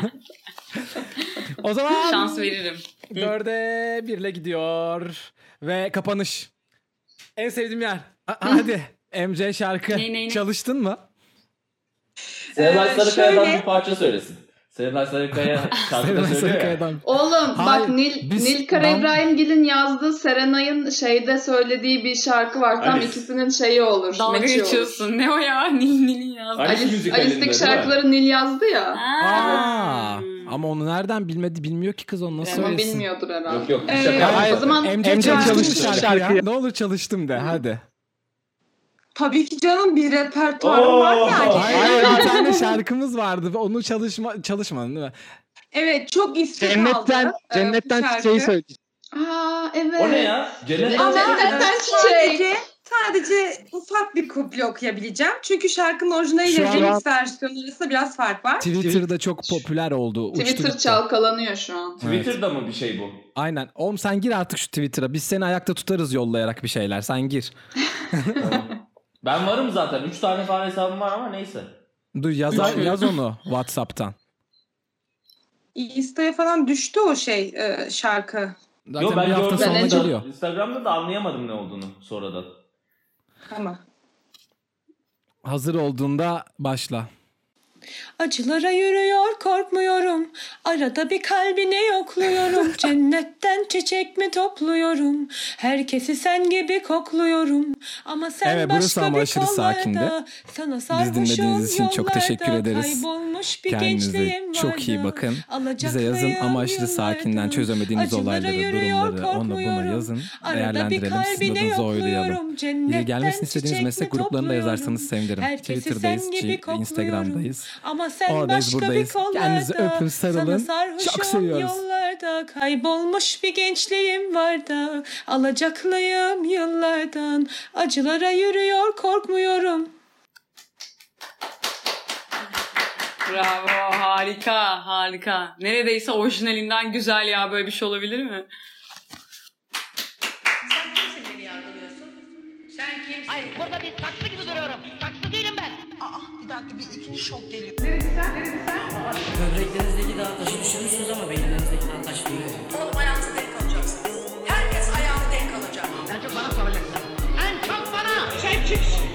O zaman şans veririm. 4'e 1'le gidiyor. Ve kapanış. En sevdiğim yer. Hadi. MC şarkı. Ne? Çalıştın mı? Serenay Sarıkaya'dan bir parça söylesin. Serenay Sarıkaya şarkıda söylüyor ya. Oğlum bak Nil Karaibrahimgil'in yazdığı Serenay'ın şeyde söylediği bir şarkı var. Tam ikisinin şeyi olur. Dalga geçiyorsun. Ne o ya? Nil'in yazdı. Alice'deki şarkıları Nil yazdı ya. Ama onu nereden bilmiyor ki kız onu nasıl Ama söylesin? bilmiyordur herhalde. Yok. O zaman MC çalıştı şarkıya. Ne olur çalıştım de hadi. Tabii ki canım bir repertuarım var yani. Hayır bir tane şarkımız vardı. Onu çalışmadın değil mi? Evet çok istek aldı. Cennetten çiçeği söyleyeceğim. Evet. O ne ya? Cennetten çiçeği. Sadece ufak bir kuple okuyabileceğim. Çünkü şarkının orijinaliyle remix versiyonu arasında biraz fark var. Twitter'da çok popüler oldu. Twitter çalkalanıyor şu an. Twitter'da mı bir şey bu? Aynen. Oğlum sen gir artık şu Twitter'a. Biz seni ayakta tutarız yollayarak bir şeyler. Sen gir. Ben varım zaten. 3 tane falan hesabım var ama neyse. Dur yaz onu WhatsApp'tan. Insta'ya falan düştü o şarkı. Zaten Yo, ben bir hafta sonra geliyor. Instagram'da da anlayamadım ne olduğunu sonradan. Tamam. Hazır olduğunda başla. Acılara yürüyor korkmuyorum. Arada bir kalbini yokluyorum. Cennetten çiçek mi topluyorum. Herkesi sen gibi kokluyorum. Ama sen evet, burası ama başka aşırı bir sakindi. kollarda. Sana Biz dinlediğiniz için çok teşekkür ederiz. Kendinize çok iyi bakın. Bize yazın ama aşırı sakinden çözemediğiniz olayları, durumları ona buna yazın. Değerlendirelim. Sizin adınıza oylayalım. Gelmesini istediğiniz meslek gruplarında yazarsanız sevinirim. Twitter'dayız, Instagram'dayız. Ama sen oradayız, başka buradayız. bir kollarda. Kendinizi öpün, sarılın. Çok seviyoruz. Yollarda kaybolmuş bir gençliğim var da alacaklıyım yıllardan. Acılara yürüyor korkmuyorum. Bravo, harika. Neredeyse orijinalinden güzel ya, böyle bir şey olabilir mi? Sen kimsin beni yargılıyorsun? Sen kimsin? Hayır, burada bir saksı gibi duruyorum. Saksı değilim ben. Bir dakika bir ikinci şok geliyor. Neresi sen? Böbreklerinizdeki daha taşı düşürmüşsünüz ama beyinlerinizdeki daha taş değil. Oğlum ayağınızı denk alacaksınız. Herkes ayağını denk alacak. En çok bana soracaksın. En çok bana. Sen kimsin?